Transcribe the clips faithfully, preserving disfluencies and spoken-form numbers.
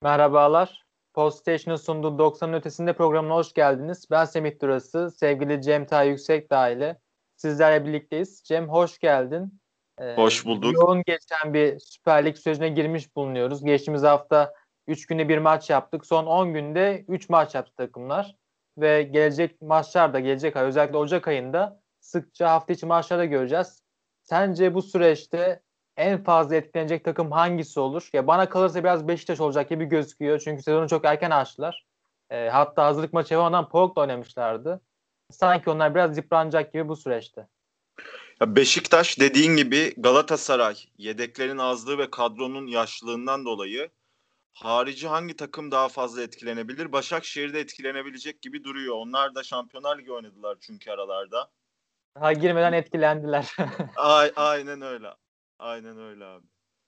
Merhabalar. Podstation'ın sunduğu doksanın ötesinde programına hoş geldiniz. Ben Semih Durası, sevgili Cem Tay Yüksekdağ ile sizlerle birlikteyiz. Cem hoş geldin. Ee, Hoş bulduk. yoğun geçen bir Süper Lig sürecine girmiş bulunuyoruz. Geçtiğimiz hafta üç günde bir maç yaptık. Son on günde üç maç yaptı takımlar. Ve gelecek maçlar da gelecek ay, özellikle Ocak ayında sıkça hafta içi maçlarda göreceğiz. Sence bu süreçte en fazla etkilenecek takım hangisi olur? Ya bana kalırsa biraz Beşiktaş olacak gibi gözüküyor. Çünkü sezonu çok erken açtılar. E, hatta hazırlık maçı falan Pogba oynamışlardı. Sanki onlar biraz yıpranacak gibi bu süreçte. Ya Beşiktaş dediğin gibi Galatasaray yedeklerin azlığı ve kadronun yaşlılığından dolayı harici hangi takım daha fazla etkilenebilir? Başakşehir de etkilenebilecek gibi duruyor. Onlar da Şampiyonlar Ligi oynadılar çünkü aralarda. Ha girmeden etkilendiler. A- aynen öyle. Aynen öyle abi.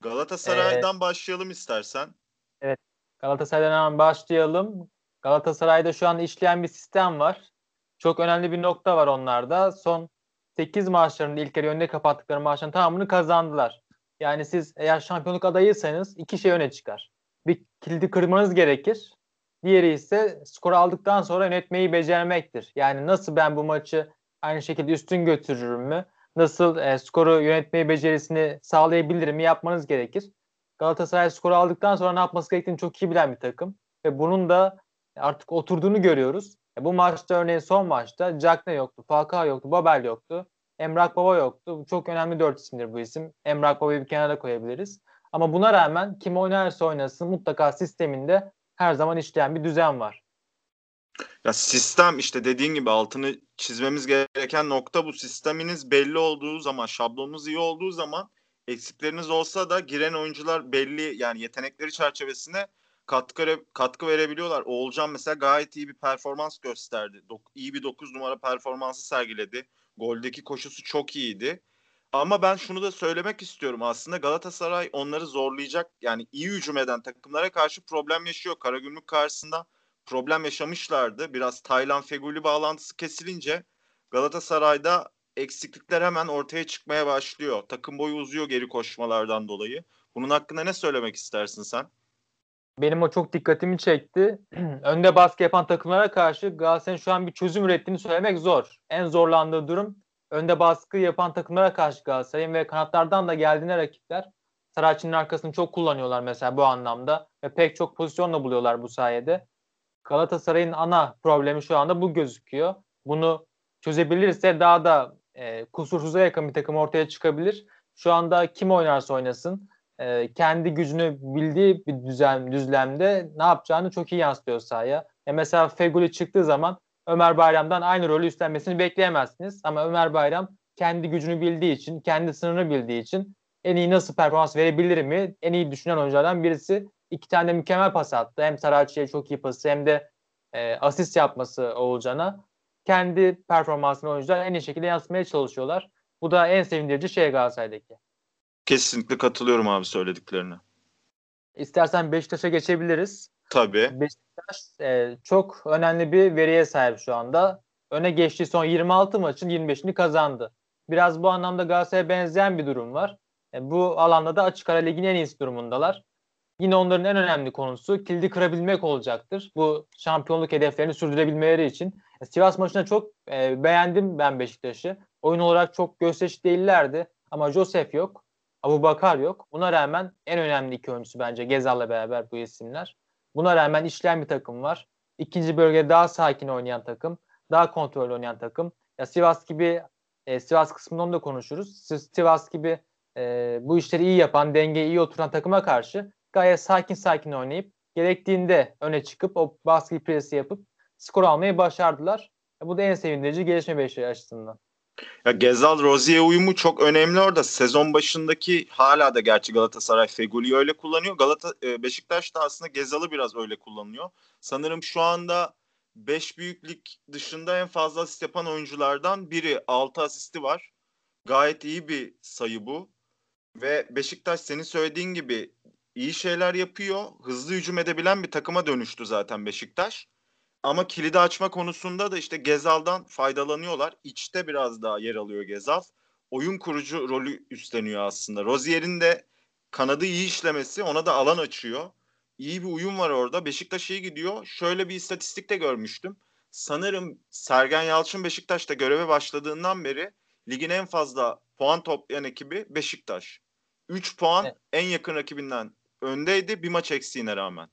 e, Galatasaray'dan başlayalım istersen. evet, Galatasaray'dan hemen başlayalım. Galatasaray'da şu an işleyen bir sistem var. Çok önemli bir nokta var onlarda. Son sekiz maçlarında ilk kere önde kapattıkları maçların tamamını kazandılar. Yani siz eğer şampiyonluk adayıysanız iki şey öne çıkar. Bir kilidi kırmanız gerekir. Diğeri ise skoru aldıktan sonra yönetmeyi becermektir. Yani nasıl ben bu maçı aynı şekilde üstün götürürüm mü? Nasıl e, skoru yönetmeyi becerisini sağlayabilirim mi yapmanız gerekir. Galatasaray skoru aldıktan sonra ne yapması gerektiğini çok iyi bilen bir takım. Ve bunun da artık oturduğunu görüyoruz. E, bu maçta örneğin son maçta Cagne yoktu, Falcao yoktu, Babel yoktu. Emrah Baba yoktu. Çok önemli dört isimdir bu isim. Emrah Baba'yı bir kenara koyabiliriz. Ama buna rağmen kim oynarsa oynasın mutlaka sisteminde her zaman işleyen bir düzen var. Ya sistem işte dediğin gibi altını çizmemiz gereken nokta bu. Sisteminiz belli olduğu zaman, şablonunuz iyi olduğu zaman eksikleriniz olsa da giren oyuncular belli yani yetenekleri çerçevesine katkı katkı verebiliyorlar. Oğulcan mesela gayet iyi bir performans gösterdi. Dok- iyi bir dokuz numara performansı sergiledi. Goldeki koşusu çok iyiydi. Ama ben şunu da söylemek istiyorum. Aslında Galatasaray onları zorlayacak yani iyi hücum eden takımlara karşı problem yaşıyor. Karagümrük karşısında problem yaşamışlardı. Biraz Taylan Feguli bağlantısı kesilince Galatasaray'da eksiklikler hemen ortaya çıkmaya başlıyor. Takım boyu uzuyor geri koşmalardan dolayı. Bunun hakkında ne söylemek istersin sen? Benim o çok dikkatimi çekti. Önde baskı yapan takımlara karşı Galatasaray'ın şu an bir çözüm ürettiğini söylemek zor. En zorlandığı durum önde baskı yapan takımlara karşı Galatasaray'ın ve kanatlardan da geldiğine rakipler Saracchi'nin arkasını çok kullanıyorlar mesela bu anlamda ve pek çok pozisyonla buluyorlar bu sayede. Galatasaray'ın ana problemi şu anda bu gözüküyor. Bunu çözebilirse daha da e, kusursuza yakın bir takım ortaya çıkabilir. Şu anda kim oynarsa oynasın e, kendi gücünü bildiği bir düzen düzlemde ne yapacağını çok iyi yansıtıyor sahaya. E mesela Feguli çıktığı zaman Ömer Bayram'dan aynı rolü üstlenmesini bekleyemezsiniz. Ama Ömer Bayram kendi gücünü bildiği için, kendi sınırını bildiği için en iyi nasıl performans verebilir mi? En iyi düşünen oyunculardan birisi. İki tane de mükemmel pas attı. Hem Saracchi'ye çok iyi pası hem de e, asist yapması Oğulcan'a. Kendi performansını oyuncular en iyi şekilde yansıtmaya çalışıyorlar. Bu da en sevindirici şey Galatasaray'daki. Kesinlikle katılıyorum abi söylediklerine. İstersen Beşiktaş'a geçebiliriz. Tabii. Beşiktaş e, çok önemli bir veriye sahip şu anda. Öne geçtiği son yirmi altı maçın yirmi beşini kazandı. Biraz bu anlamda Galatasaray'a benzeyen bir durum var. E, bu alanda da açık ara ligin en iyisi durumundalar. Yine onların en önemli konusu kilidi kırabilmek olacaktır. Bu şampiyonluk hedeflerini sürdürebilmeleri için. E, Sivas maçında çok e, beğendim ben Beşiktaş'ı. Oyun olarak çok gösterişli değillerdi. Ama Josef yok. Abubakar yok. Buna rağmen en önemli iki oyuncusu bence Gezal'la beraber bu isimler. Buna rağmen işleyen bir takım var. İkinci bölgede daha sakin oynayan takım. Daha kontrollü oynayan takım. Ya Sivas gibi e, Sivas kısmında onu da konuşuruz. Sivas gibi e, bu işleri iyi yapan, dengeyi iyi oturan takıma karşı gayet sakin sakin oynayıp gerektiğinde öne çıkıp o baskı presi yapıp skor almayı başardılar. E, bu da en sevindirici gelişme Beşiktaş açısından. Ya Gezal Rozier uyumu çok önemli orada. Sezon başındaki hala da gerçi Galatasaray Fegüli'yi öyle kullanıyor. Galata e, Beşiktaş da aslında Gezal'ı biraz öyle kullanıyor. Sanırım şu anda beş büyük lig dışında en fazla asist yapan oyunculardan biri. altı asisti var. Gayet iyi bir sayı bu. Ve Beşiktaş senin söylediğin gibi iyi şeyler yapıyor. Hızlı hücum edebilen bir takıma dönüştü zaten Beşiktaş. Ama kilidi açma konusunda da işte Gezal'dan faydalanıyorlar. İçte biraz daha yer alıyor Gezal. Oyun kurucu rolü üstleniyor aslında. Rozier'in de kanadı iyi işlemesi ona da alan açıyor. iyi bir uyum var orada. Beşiktaş iyi gidiyor. Şöyle bir istatistik de görmüştüm. Sanırım Sergen Yalçın Beşiktaş'ta göreve başladığından beri ligin en fazla puan toplayan ekibi Beşiktaş. üç puan E, en yakın rakibinden öndeydi bir maç eksiğine rağmen.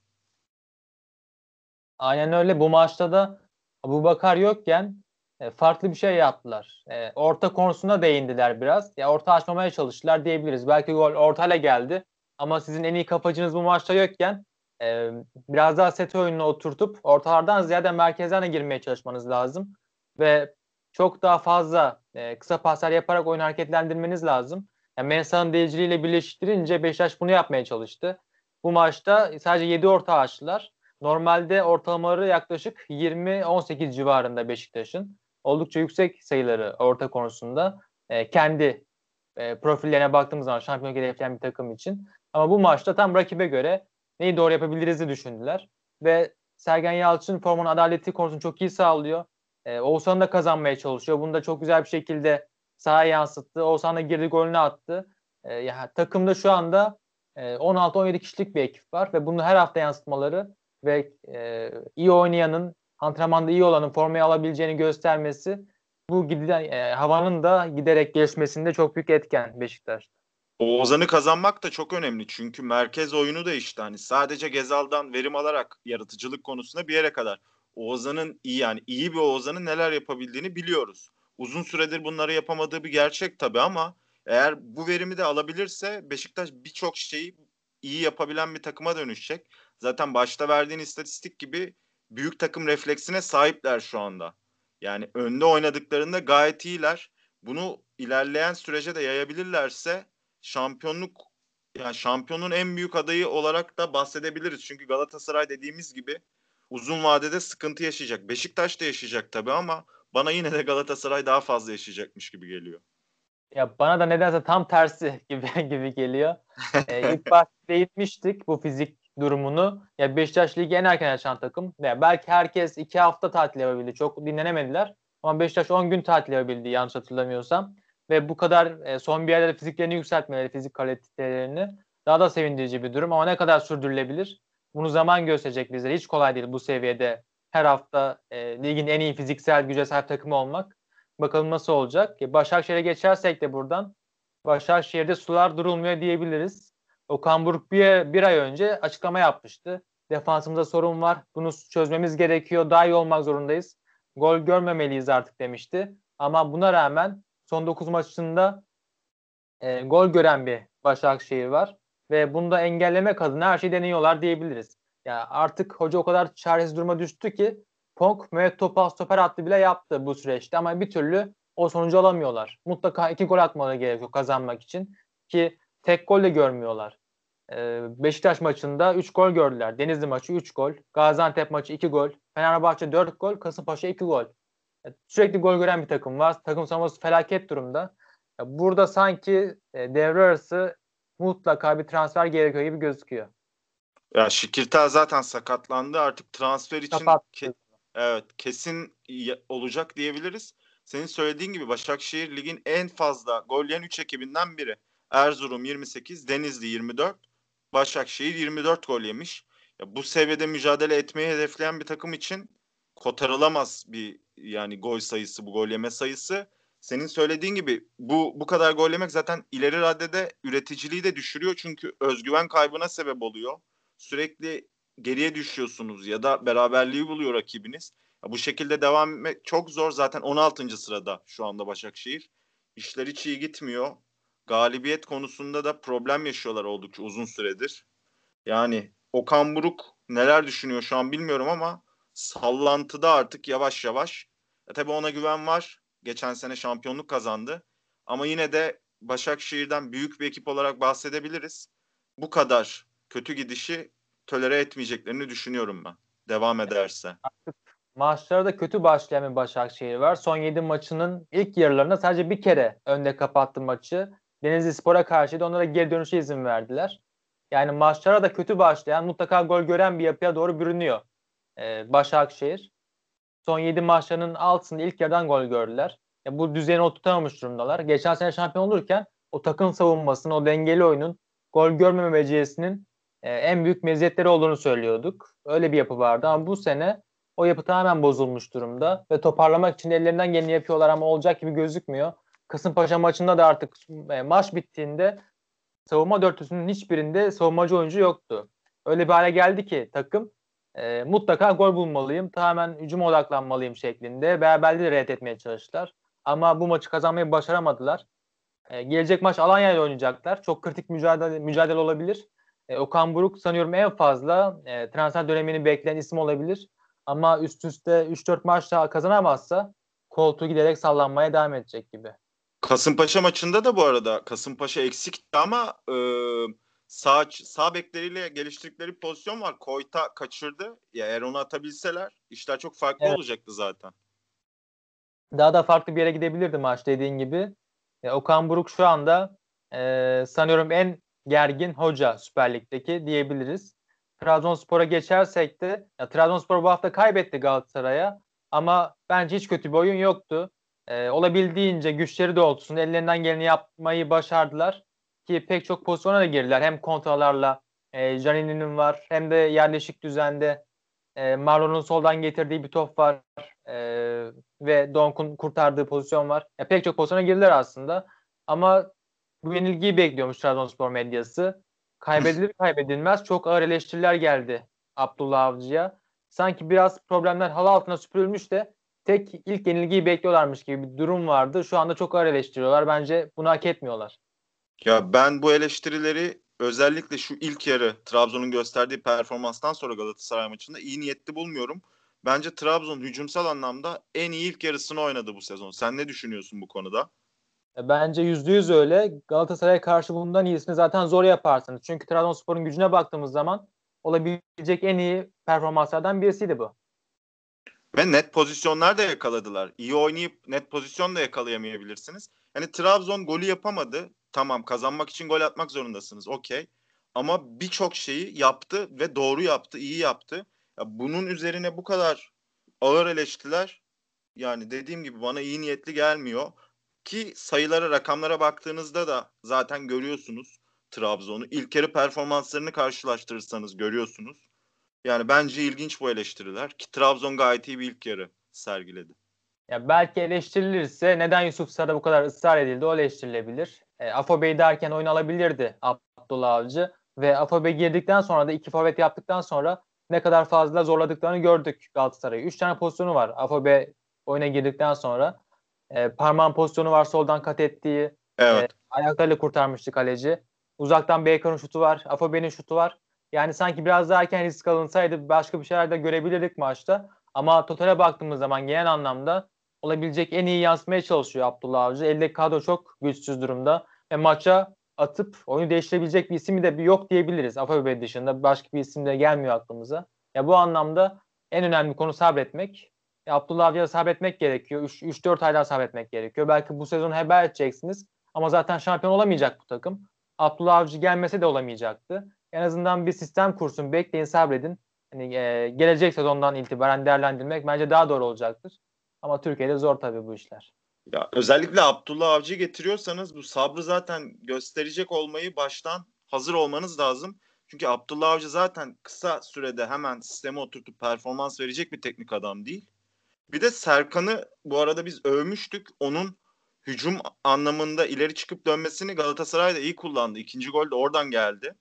Aynen öyle. Bu maçta da Abubakar yokken e, farklı bir şey yaptılar. E, orta konusuna değindiler biraz. Ya orta açmamaya çalıştılar diyebiliriz. Belki gol ortayla geldi. Ama sizin en iyi kapacınız bu maçta yokken e, biraz daha set oyununa oturtup ortalardan ziyade merkezden de girmeye çalışmanız lazım. Ve çok daha fazla e, kısa paslar yaparak oyunu hareketlendirmeniz lazım. Yani Mensah'ın deliciliğiyle birleştirince Beşiktaş bunu yapmaya çalıştı. Bu maçta sadece yedi orta açtılar. Normalde ortalamaları yaklaşık yirmi on sekiz civarında Beşiktaş'ın. Oldukça yüksek sayıları orta konusunda. E, kendi e, profillerine baktığımız zaman şampiyonluk hedefleyen bir takım için. Ama bu maçta tam rakibe göre neyi doğru yapabiliriz düşündüler. Ve Sergen Yalçın formanın adaleti konusunu çok iyi sağlıyor. E, Oğuzhan da kazanmaya çalışıyor. Bunu da çok güzel bir şekilde sahaya yansıttı. Oğuzhan da girdi golünü attı. E, ya, takımda şu anda e, on altı on yedi kişilik bir ekip var ve bunu her hafta yansıtmaları ve e, iyi oynayanın, antrenmanda iyi olanın formayı alabileceğini göstermesi bu giden e, havanın da giderek gelişmesinde çok büyük etken Beşiktaş'ta. Oğuzhan'ı kazanmak da çok önemli. Çünkü merkez oyunu da işte hani sadece Gezal'dan verim alarak yaratıcılık konusunda bir yere kadar. Oğuzhan'ın iyi yani iyi bir Oğuzhan'ın neler yapabildiğini biliyoruz. Uzun süredir bunları yapamadığı bir gerçek tabii ama eğer bu verimi de alabilirse Beşiktaş birçok şeyi iyi yapabilen bir takıma dönüşecek. Zaten başta verdiğin istatistik gibi büyük takım refleksine sahipler şu anda. Yani önde oynadıklarında gayet iyiler. Bunu ilerleyen sürece de yayabilirlerse şampiyonluk yani şampiyonun en büyük adayı olarak da bahsedebiliriz. Çünkü Galatasaray dediğimiz gibi uzun vadede sıkıntı yaşayacak. Beşiktaş da yaşayacak tabii ama bana yine de Galatasaray daha fazla yaşayacakmış gibi geliyor. Ya bana da nedense tam tersi gibi gibi geliyor. Ee, ilk başta değinmiştik bu fizik durumunu. Ya Beşiktaş ligi en erken açan takım. Ya belki herkes iki hafta tatil yapabildi. Çok dinlenemediler. Ama Beşiktaş on gün tatil yapabildi yanlış hatırlamıyorsam. Ve bu kadar e, son bir yerde fiziklerini yükseltmeleri, fizik kalitelerini daha da sevindirici bir durum. Ama ne kadar sürdürülebilir? Bunu zaman gösterecek bizlere. Hiç kolay değil bu seviyede her hafta e, ligin en iyi fiziksel güce sahip takımı olmak. Bakalım nasıl olacak. E, Başakşehir'e geçersek de buradan Başakşehir'de sular durulmuyor diyebiliriz. Okan Buruk bir, bir ay önce açıklama yapmıştı. Defansımızda sorun var. Bunu çözmemiz gerekiyor. Daha iyi olmak zorundayız. Gol görmemeliyiz artık demişti. Ama buna rağmen son dokuz maçında e, gol gören bir Başakşehir var. Ve bunu da engellemek adına her şeyi deniyorlar diyebiliriz. Yani artık hoca o kadar çaresiz duruma düştü ki Pong Mehmet Topal stoper attı bile yaptı bu süreçte ama bir türlü o sonucu alamıyorlar. Mutlaka iki gol atmaları gerekiyor kazanmak için ki tek gol de görmüyorlar. Ee, Beşiktaş maçında üç gol gördüler. Denizli maçı üç gol. Gaziantep maçı iki gol. Fenerbahçe dört gol. Kasımpaşa iki gol. Yani sürekli gol gören bir takım var. Takım savunması felaket durumda. Ya burada sanki e, devre arası mutlaka bir transfer gerekiyor gibi gözüküyor. Ya Şikirtel zaten sakatlandı. Artık transfer için ke- Kapattı. evet kesin ya- olacak diyebiliriz. Senin söylediğin gibi Başakşehir ligin en fazla gol yiyen üç ekibinden biri. Erzurum yirmi sekiz, Denizli yirmi dört, Başakşehir yirmi dört gol yemiş. Ya bu seviyede mücadele etmeyi hedefleyen bir takım için kotarılamaz bir yani gol sayısı, bu gol yeme sayısı. Senin söylediğin gibi bu bu kadar gol yemek zaten ileri raddede üreticiliği de düşürüyor çünkü özgüven kaybına sebep oluyor. Sürekli geriye düşüyorsunuz ya da beraberliği buluyor rakibiniz. Ya bu şekilde devam etmek çok zor. Zaten on altıncı sırada şu anda Başakşehir. İşler hiç iyi gitmiyor. Galibiyet konusunda da problem yaşıyorlar oldukça uzun süredir. Yani Okan Buruk neler düşünüyor şu an bilmiyorum ama sallantıda artık yavaş yavaş. E tabii ona güven var. Geçen sene şampiyonluk kazandı. Ama yine de Başakşehir'den büyük bir ekip olarak bahsedebiliriz. Bu kadar kötü gidişi tolere etmeyeceklerini düşünüyorum ben. Devam ederse. Maçlara da kötü başlayan bir Başakşehir var. Son yedi maçının ilk yarılarında sadece bir kere önde kapattı maçı. Denizlispor'a karşıydı. Onlara geri dönüşe izin verdiler. Yani maçlara da kötü başlayan, mutlaka gol gören bir yapıya doğru bürünüyor ee, Başakşehir. Son yedi maçlarının altısında ilk yarıdan gol gördüler. Ya bu düzeni oturtamamış durumdalar. Geçen sene şampiyon olurken o takım savunmasının, o dengeli oyunun, gol görmeme becerisinin e, en büyük meziyetleri olduğunu söylüyorduk. Öyle bir yapı vardı ama bu sene o yapı tamamen bozulmuş durumda ve toparlamak için ellerinden geleni yapıyorlar ama olacak gibi gözükmüyor. Kasımpaşa maçında da artık e, maç bittiğinde savunma dörtlüsünün hiçbirinde savunmacı oyuncu yoktu. Öyle bir hale geldi ki takım e, mutlaka gol bulmalıyım, tamamen hücuma odaklanmalıyım şeklinde beraberliği de reddetmeye çalıştılar. Ama bu maçı kazanmayı başaramadılar. E, gelecek maç Alanya ile oynayacaklar. Çok kritik mücadele, mücadele olabilir. E, Okan Buruk sanıyorum en fazla e, transfer dönemini bekleyen isim olabilir. Ama üst üste üç dört maç daha kazanamazsa koltuğu giderek sallanmaya devam edecek gibi. Kasımpaşa maçında da bu arada Kasımpaşa eksikti ama e, sağ, sağ bekleriyle geliştirdikleri bir pozisyon var. Koyta kaçırdı. Ya eğer onu atabilseler işler çok farklı Evet. olacaktı zaten. Daha da farklı bir yere gidebilirdi maç dediğin gibi. E, Okan Buruk şu anda e, sanıyorum en gergin hoca Süper Lig'deki diyebiliriz. Trabzonspor'a geçersek de ya, Trabzonspor bu hafta kaybetti Galatasaray'a ama bence hiç kötü bir oyun yoktu. E, olabildiğince güçleri doğrultusunda ellerinden geleni yapmayı başardılar ki pek çok pozisyona da girdiler. Hem kontralarla e, Janini'nin var hem de yerleşik düzende e, Marlon'un soldan getirdiği bir top var. E, ve Donk'un kurtardığı pozisyon var. Ya, pek çok pozisyona girdiler aslında. Ama bu yenilgiyi bekliyormuş Trabzonspor medyası. Kaybedilir kaybedilmez çok ağır eleştiriler geldi Abdullah Avcı'ya. Sanki biraz problemler halı altına süpürülmüş de tek ilk yenilgiyi bekliyorlarmış gibi bir durum vardı. Şu anda çok ağır eleştiriyorlar. Bence bunu hak etmiyorlar. Ya ben bu eleştirileri özellikle şu ilk yarı Trabzon'un gösterdiği performanstan sonra Galatasaray maçında iyi niyetli bulmuyorum. Bence Trabzon hücumsal anlamda en iyi ilk yarısını oynadı bu sezon. Sen ne düşünüyorsun bu konuda? E, Bence yüzde yüz öyle. Galatasaray'a karşı bundan iyisini zaten zor yaparsınız. Çünkü Trabzonspor'un gücüne baktığımız zaman olabilecek en iyi performanslardan birisiydi bu. Ve net pozisyonlar da yakaladılar. İyi oynayıp net pozisyon da yakalayamayabilirsiniz. Yani Trabzon golü yapamadı. Tamam, kazanmak için gol atmak zorundasınız. Okey. Ama birçok şeyi yaptı ve doğru yaptı, iyi yaptı. Ya bunun üzerine bu kadar ağır eleştiriler, yani dediğim gibi bana iyi niyetli gelmiyor. Ki sayılara, rakamlara baktığınızda da zaten görüyorsunuz Trabzon'u. İlk yarı performanslarını karşılaştırırsanız görüyorsunuz. Yani bence ilginç bu eleştiriler ki Trabzon gayet iyi bir ilk yarı sergiledi. Ya belki eleştirilirse neden Yusuf Sarı bu kadar ısrar edildi o eleştirilebilir. E, Afobe'yi derken oyun alabilirdi Abdullah Avcı ve Afobe girdikten sonra da iki forvet yaptıktan sonra ne kadar fazla zorladıklarını gördük Galatasaray'ı. Üç tane pozisyonu var Afobe oyuna girdikten sonra. E, parmağın pozisyonu var soldan kat ettiği. E, Evet. ayaklarıyla kurtarmıştı kaleci. Uzaktan Baker'ın şutu var. Afobe'nin şutu var. Yani sanki biraz daha erken risk alınsaydı başka bir şeyler de görebilirdik maçta. Ama totale baktığımız zaman genel anlamda olabilecek en iyi yansıtmaya çalışıyor Abdullah Avcı. Eldeki kadro çok güçsüz durumda. Ve maça atıp oyunu değiştirebilecek bir ismi de bir yok diyebiliriz. Afobe dışında başka bir isim de gelmiyor aklımıza. Ya bu anlamda en önemli konu sabretmek. Ya Abdullah Avcı'ya sabretmek gerekiyor. üç dört aydan sabretmek gerekiyor. Belki bu sezonu heba edeceksiniz. Ama zaten şampiyon olamayacak bu takım. Abdullah Avcı gelmese de olamayacaktı. En azından bir sistem kursun. Bekleyin, sabredin. Hani, e, gelecek sezondan itibaren değerlendirmek bence daha doğru olacaktır. Ama Türkiye'de zor tabii bu işler. Ya özellikle Abdullah Avcı'yı getiriyorsanız bu sabrı zaten gösterecek olmayı baştan hazır olmanız lazım. Çünkü Abdullah Avcı zaten kısa sürede hemen sisteme oturtup performans verecek bir teknik adam değil. Bir de Serkan'ı bu arada biz övmüştük. Onun hücum anlamında ileri çıkıp dönmesini Galatasaray da iyi kullandı. İkinci gol de oradan geldi.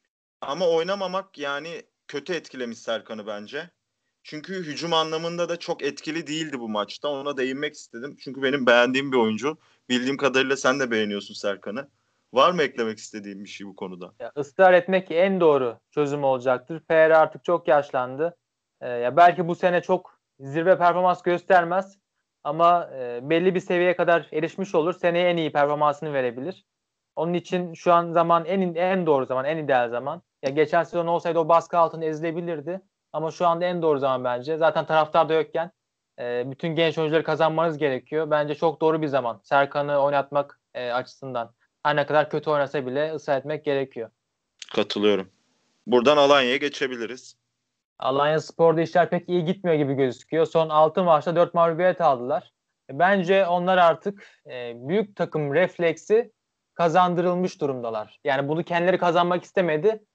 Ama oynamamak yani kötü etkilemiş Serkan'ı bence. Çünkü hücum anlamında da çok etkili değildi bu maçta. Ona değinmek istedim. Çünkü benim beğendiğim bir oyuncu. Bildiğim kadarıyla sen de beğeniyorsun Serkan'ı. Var mı eklemek istediğin bir şey bu konuda? Ya, ısrar etmek en doğru çözüm olacaktır. P R artık çok yaşlandı. Ee, ya belki bu sene çok zirve performans göstermez ama e, belli bir seviyeye kadar erişmiş olur. Seneye en iyi performansını verebilir. Onun için şu an zaman en en doğru zaman, en ideal zaman. Ya geçen sezon olsaydı o baskı altında ezilebilirdi. Ama şu anda en doğru zaman bence. Zaten taraftar da yokken e, bütün genç oyuncuları kazanmanız gerekiyor. Bence çok doğru bir zaman. Serkan'ı oynatmak e, açısından. Her ne kadar kötü oynasa bile ısrar etmek gerekiyor. Katılıyorum. Buradan Alanya'ya geçebiliriz. Alanyaspor'da işler pek iyi gitmiyor gibi gözüküyor. Son altı maçta dört mağlubiyet aldılar. E, Bence onlar artık e, büyük takım refleksi kazandırılmış durumdalar. Yani bunu kendileri kazanmak istemedi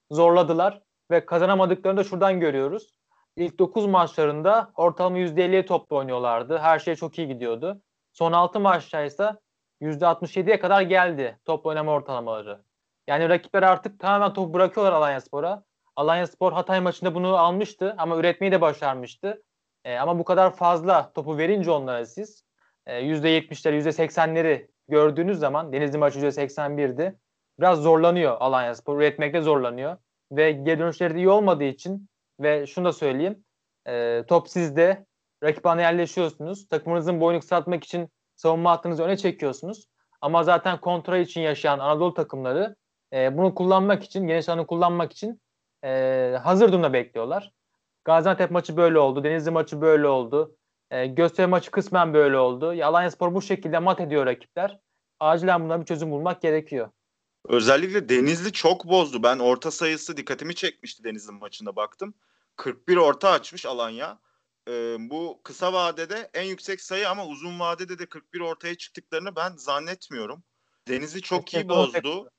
zorladılar ve kazanamadıklarını da şuradan görüyoruz. İlk dokuz maçlarında ortalama yüzde elliye topla oynuyorlardı. Her şey çok iyi gidiyordu. Son altı maçta ise yüzde altmış yediye kadar geldi top oynama ortalamaları. Yani rakipler artık tamamen topu bırakıyorlar Alanyaspor'a. Alanyaspor Hatay maçında bunu almıştı ama üretmeyi de başarmıştı. E, ama bu kadar fazla topu verince onlara siz e, yüzde yetmişleri, yüzde seksenleri gördüğünüz zaman Denizli maçı yüzde seksen birdi. Biraz zorlanıyor Alanyaspor. Üretmekte zorlanıyor. Ve geri dönüşleri de iyi olmadığı için ve şunu da söyleyeyim. E, top sizde. Rakip alana yerleşiyorsunuz. Takımınızın boyunu kısaltmak için savunma hattınızı öne çekiyorsunuz. Ama zaten kontrol için yaşayan Anadolu takımları e, bunu kullanmak için, geniş alanı kullanmak için e, hazır durumda bekliyorlar. Gaziantep maçı böyle oldu. Denizli maçı böyle oldu. E, Göztepe maçı kısmen böyle oldu. Ya, Alanyaspor bu şekilde mat ediyor rakipler. Acilen buna bir çözüm bulmak gerekiyor. Özellikle Denizli çok bozdu. Ben orta sayısı dikkatimi çekmişti Denizli maçında baktım. kırk bir orta açmış Alanya. Ee, bu kısa vadede en yüksek sayı ama uzun vadede de kırk bir ortaya çıktıklarını ben zannetmiyorum. Denizli çok iyi Sezonun, bozdu.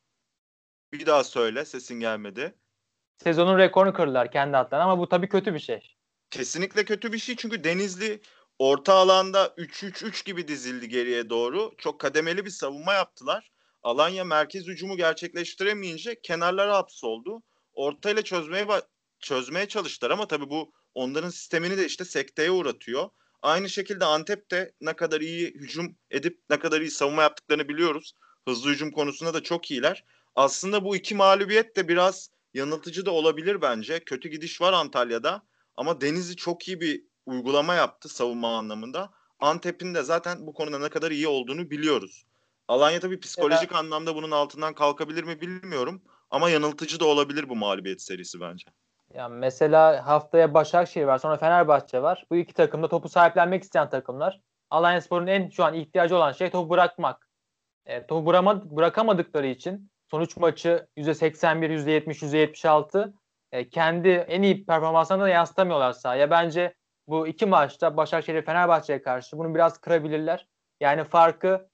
Bir daha söyle, sesin gelmedi. sezonun rekorunu kırdılar kendi hatlarına ama bu tabii kötü bir şey. Kesinlikle kötü bir şey çünkü Denizli orta alanda üç üç üç gibi dizildi geriye doğru. Çok kademeli bir savunma yaptılar. Alanya merkez hücumu gerçekleştiremeyince kenarlara hapsoldu. Ortayla çözmeye çözmeye çalıştılar ama tabii bu onların sistemini de işte sekteye uğratıyor. Aynı şekilde Antep'te ne kadar iyi hücum edip ne kadar iyi savunma yaptıklarını biliyoruz. Hızlı hücum konusunda da çok iyiler. Aslında bu iki mağlubiyet de biraz yanıltıcı da olabilir bence. Kötü gidiş var Antalya'da. Ama Denizli çok iyi bir uygulama yaptı savunma anlamında. Antep'in de zaten bu konuda ne kadar iyi olduğunu biliyoruz. Alanya tabii Mesela, psikolojik anlamda bunun altından kalkabilir mi bilmiyorum. Ama yanıltıcı da olabilir bu mağlubiyet serisi bence. ya mesela haftaya Başakşehir var, sonra Fenerbahçe var. Bu iki takım da topu sahiplenmek isteyen takımlar. Alanyaspor'un en şu an ihtiyacı olan şey topu bırakmak. E, topu bırama, bırakamadıkları için sonuç maçı yüzde seksen bir, yüzde yetmiş, yüzde yetmiş altı e, kendi en iyi performanslarını da yansıtamıyorlar sahaya. Bence bu iki maçta Başakşehir Fenerbahçe'ye karşı bunu biraz kırabilirler. Yani farkı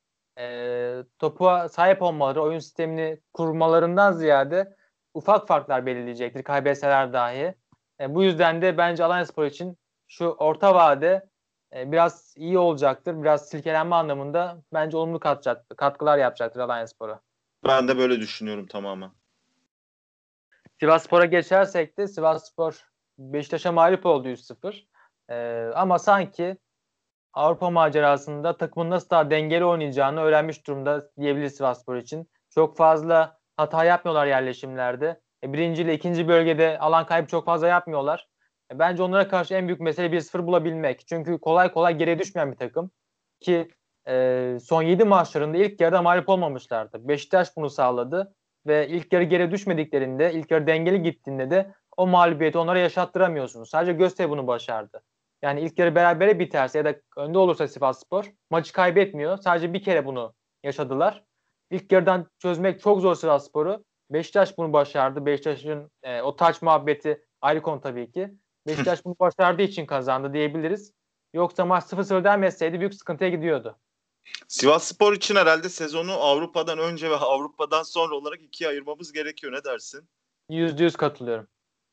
e, topa sahip olmaları, oyun sistemini kurmalarından ziyade ufak farklar belirleyecektir kaybetseler dahi. E, bu yüzden de bence Alanyaspor için şu orta vade e, biraz iyi olacaktır. Biraz silkelenme anlamında bence olumlu katacak, katkılar yapacaktır Alanyaspor'a. Ben de böyle düşünüyorum tamamen. Sivasspor'a geçersek de Sivasspor Beşiktaş'a mağlup oldu üç sıfır. E, ama sanki Avrupa macerasında takımın nasıl daha dengeli oynayacağını öğrenmiş durumda diyebiliriz Sivasspor için. Çok fazla hata yapmıyorlar yerleşimlerde. E, birinci ile ikinci bölgede alan kaybı çok fazla yapmıyorlar. E, bence onlara karşı en büyük mesele bir sıfır bulabilmek. Çünkü kolay kolay geriye düşmeyen bir takım. Ki e, son yedi maçlarında ilk yarıda mağlup olmamışlardı. Beşiktaş bunu sağladı ve ilk yarı geri düşmediklerinde, ilk yarı dengeli gittiğinde de o mağlubiyeti onlara yaşattıramıyorsunuz. Sadece Göztepe bunu başardı. Yani ilk yarı berabere biterse ya da önde olursa Sivasspor maçı kaybetmiyor. Sadece bir kere bunu yaşadılar. İlk yarıdan çözmek çok zor Sivasspor'u. Beşiktaş bunu başardı. Beşiktaş'ın e, o taç muhabbeti ayrı konu tabii ki. Beşiktaş bunu başardığı için kazandı diyebiliriz. Yoksa maç sıfır sıfır denmeseydi büyük sıkıntıya gidiyordu. Sivasspor için herhalde sezonu Avrupa'dan önce ve Avrupa'dan sonra olarak ikiye ayırmamız gerekiyor. Ne dersin? Yüzde yüz katılıyorum.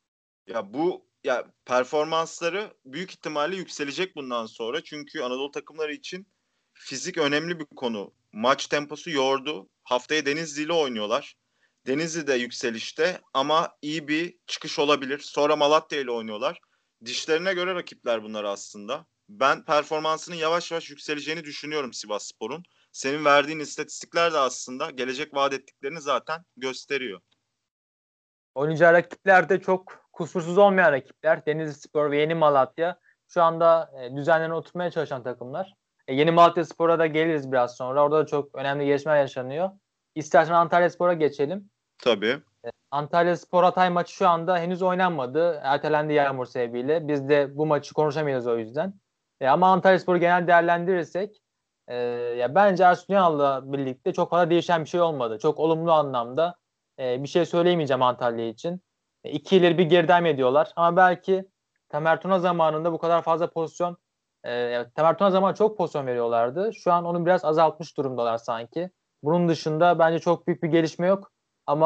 Ya bu ya performansları büyük ihtimalle yükselecek bundan sonra. Çünkü Anadolu takımları için fizik önemli bir konu. Maç temposu yordu. Haftaya Denizli ile oynuyorlar. Denizli de yükselişte ama iyi bir çıkış olabilir. Sonra Malatya ile oynuyorlar. Dişlerine göre rakipler bunlar aslında. Ben performansının yavaş yavaş yükseleceğini düşünüyorum Sivasspor'un. Senin verdiğin istatistikler de aslında gelecek vaat ettiklerini zaten gösteriyor. Oynayacağı rakipler de çok kusursuz olmayan rakipler. Denizlispor ve Yeni Malatya şu anda e, düzenlerine oturmaya çalışan takımlar. E, Yeni Malatyaspor'a da geliriz biraz sonra. Orada da çok önemli gelişmeler yaşanıyor. İstersen Antalyaspor'a geçelim. Tabii. Antalyaspor Hatay maçı şu anda henüz oynanmadı. Ertelendi yağmur sebebiyle. Biz de bu maçı konuşamayız o yüzden. E, ama Antalyaspor'u genel değerlendirirsek e, ya bence Ersun Yanal'la birlikte çok fazla değişen bir şey olmadı. Çok olumlu anlamda e, bir şey söyleyemeyeceğim Antalya için. E, iki ileri bir geriden ediyorlar. Ama belki Tamer Tuna zamanında bu kadar fazla pozisyon e, Tamer Tuna zamanında çok pozisyon veriyorlardı. Şu an onu biraz azaltmış durumdalar sanki. Bunun dışında bence çok büyük bir gelişme yok. Ama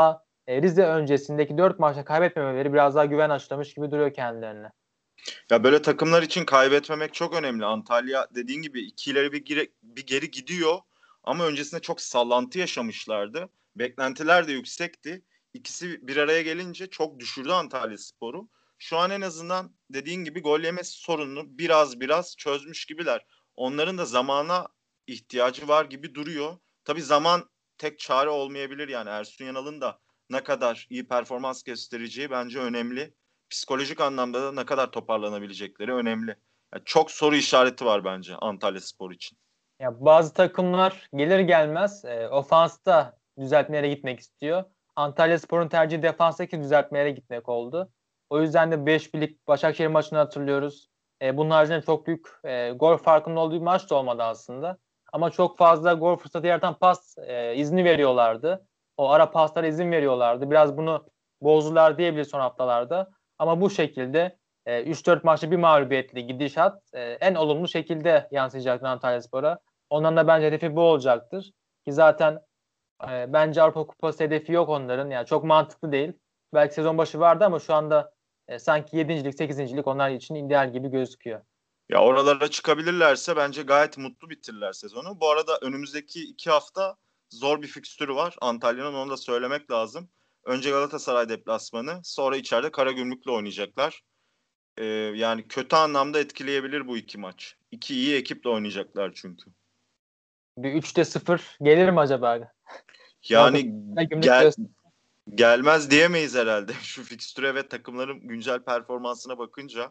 e, Rize öncesindeki dört maçta kaybetmemeleri biraz daha güven aşılamış gibi duruyor kendilerine. Ya böyle takımlar için kaybetmemek çok önemli. Antalya dediğin gibi iki ileri bir, geri, bir geri gidiyor ama öncesinde çok sallantı yaşamışlardı. Beklentiler de yüksekti. İkisi bir araya gelince çok düşürdü Antalyaspor'u. Şu an en azından dediğin gibi gol yemesi sorununu biraz biraz çözmüş gibiler. Onların da zamana ihtiyacı var gibi duruyor. Tabii zaman tek çare olmayabilir yani. Ersun Yanal'ın da ne kadar iyi performans göstereceği bence önemli. Psikolojik anlamda da ne kadar toparlanabilecekleri önemli. Yani çok soru işareti var bence Antalyaspor için. Ya bazı takımlar gelir gelmez e, ofansta düzeltmelere gitmek istiyor. Antalyaspor'un tercihi defanstaki düzeltmelere gitmek oldu. O yüzden de beş birlik Başakşehir maçını hatırlıyoruz. E, bunun haricinde çok büyük e, gol farkının olduğu bir maç da olmadı aslında. Ama çok fazla gol fırsatı yaratan pas e, izni veriyorlardı. O ara paslara izin veriyorlardı. Biraz bunu bozdular diyebiliriz son haftalarda. Ama bu şekilde e, üç dört maçta bir mağlubiyetli gidişat e, en olumlu şekilde yansıyacaktır Antalyaspor'a. Onların da bence hedefi bu olacaktır. Ki zaten e, bence Avrupa Kupası hedefi yok onların. Yani çok mantıklı değil. Belki sezon başı vardı ama şu anda e, sanki yedincilik, sekizincilik onlar için ideal gibi gözüküyor. Ya oralara çıkabilirlerse bence gayet mutlu bitirirler sezonu. Bu arada önümüzdeki iki hafta zor bir fikstürü var. Antalya'nın, onu da söylemek lazım. Önce Galatasaray deplasmanı, sonra içeride Karagümrük'le oynayacaklar. Ee, yani kötü anlamda etkileyebilir bu iki maç. İki iyi ekiple oynayacaklar çünkü. Bir üçte sıfır gelir mi acaba? Yani Galatasaray Gümrük gel göz. gelmez diyemeyiz herhalde. Şu fikstüre ve takımların güncel performansına bakınca.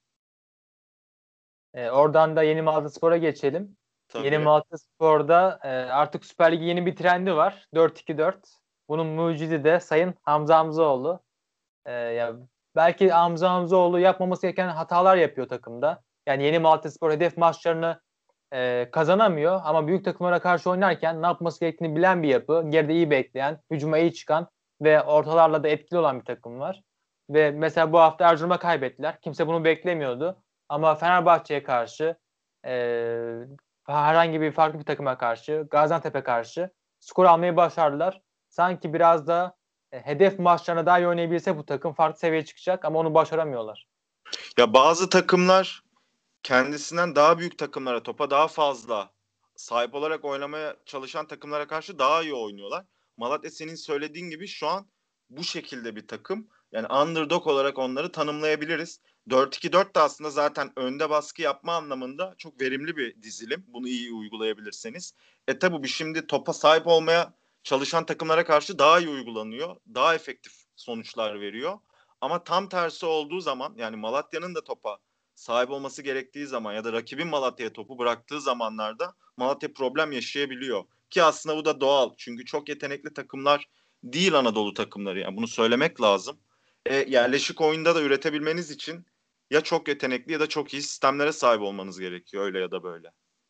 E, oradan da Yeni Malatyaspor'a geçelim. Yeni Tabii. Malatyaspor'da e, artık Süper Lig'in yeni bir trendi var. dört iki dört. Bunun mucidi de Sayın Hamza Hamzaoğlu. Ee, ya belki Hamza Hamzaoğlu yapmaması gereken hatalar yapıyor takımda. Yani Yeni Malatyaspor hedef maçlarını e, kazanamıyor ama büyük takımlara karşı oynarken ne yapması gerektiğini bilen bir yapı, geride iyi bekleyen, hücuma iyi çıkan ve ortalarla da etkili olan bir takım var. Ve mesela bu hafta Erzurum'a kaybettiler. Kimse bunu beklemiyordu. Ama Fenerbahçe'ye karşı e, herhangi bir farklı bir takıma karşı, Gaziantep'e karşı skor almayı başardılar. Sanki biraz da e, hedef maçlarına daha iyi oynayabilse bu takım farklı seviyeye çıkacak ama onu başaramıyorlar. Ya bazı takımlar kendisinden daha büyük takımlara, topa daha fazla sahip olarak oynamaya çalışan takımlara karşı daha iyi oynuyorlar. Malatya, senin söylediğin gibi şu an bu şekilde bir takım. Yani underdog olarak onları tanımlayabiliriz. dört iki dört de aslında zaten önde baskı yapma anlamında çok verimli bir dizilim. Bunu iyi uygulayabilirseniz. E tabi bu şimdi topa sahip olmaya çalışan takımlara karşı daha iyi uygulanıyor. Daha efektif sonuçlar veriyor. Ama tam tersi olduğu zaman, yani Malatya'nın da topa sahip olması gerektiği zaman ya da rakibin Malatya'ya topu bıraktığı zamanlarda Malatya problem yaşayabiliyor. Ki aslında bu da doğal. Çünkü çok yetenekli takımlar değil Anadolu takımları. Yani bunu söylemek lazım. E, yerleşik oyunda da üretebilmeniz için ya çok yetenekli ya da çok iyi sistemlere sahip olmanız gerekiyor, öyle ya da böyle.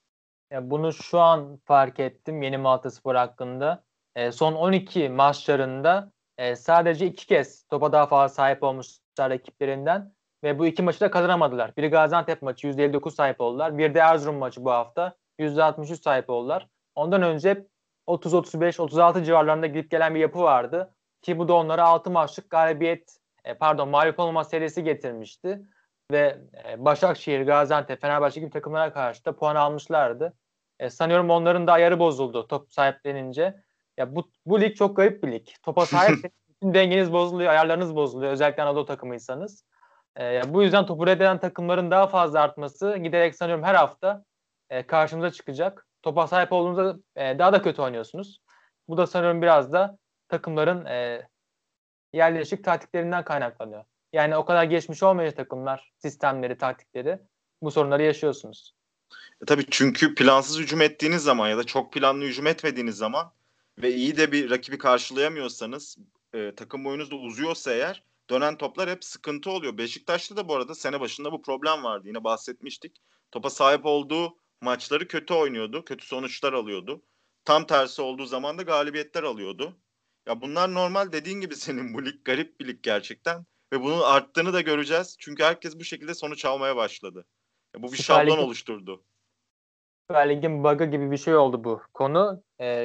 Ya bunu şu an fark ettim Yeni Malatyaspor hakkında. E, son on iki maçlarında e, sadece iki kez topa daha fazla sahip olmuşlar rakiplerinden ve bu iki maçı da kazanamadılar. Biri Gaziantep maçı yüzde elli dokuz sahip oldular. Bir de Erzurum maçı bu hafta yüzde altmış üç sahip oldular. Ondan önce hep otuz otuz beş otuz altı civarlarında gidip gelen bir yapı vardı. Ki bu da onlara altı maçlık galibiyet e, pardon mağlup olmama serisi getirmişti. Ve e, Başakşehir, Gaziantep, Fenerbahçe gibi takımlara karşı da puan almışlardı. E, sanıyorum onların da ayarı bozuldu top sahiplenince. Ya bu, bu lig çok garip bir lig. Topa sahip bütün dengeniz bozuluyor, ayarlarınız bozuluyor. Özellikle Anadolu takımıysanız. E, bu yüzden topu reddeden takımların daha fazla artması giderek sanıyorum her hafta e, karşımıza çıkacak. Topa sahip olduğunuzda e, daha da kötü oynuyorsunuz. Bu da sanıyorum biraz da takımların e, yerleşik taktiklerinden kaynaklanıyor. Yani o kadar geçmiş olmayacak takımlar, sistemleri, taktikleri bu sorunları yaşıyorsunuz. E tabii, çünkü plansız hücum ettiğiniz zaman ya da çok planlı hücum etmediğiniz zaman ve iyi de bir rakibi karşılayamıyorsanız, e, takım boyunuz da uzuyorsa eğer, dönen toplar hep sıkıntı oluyor. Beşiktaş'ta da bu arada sene başında bu problem vardı. Yine bahsetmiştik. Topa sahip olduğu maçları kötü oynuyordu. Kötü sonuçlar alıyordu. Tam tersi olduğu zaman da galibiyetler alıyordu. Ya bunlar normal, dediğin gibi senin bu lig garip bir lig gerçekten. Ve bunun arttığını da göreceğiz. Çünkü herkes bu şekilde sonuç almaya başladı. Ya bu bir Süper şablon Lig'in oluşturdu. Süper Lig'in bug'ı gibi bir şey oldu bu konu. Ee,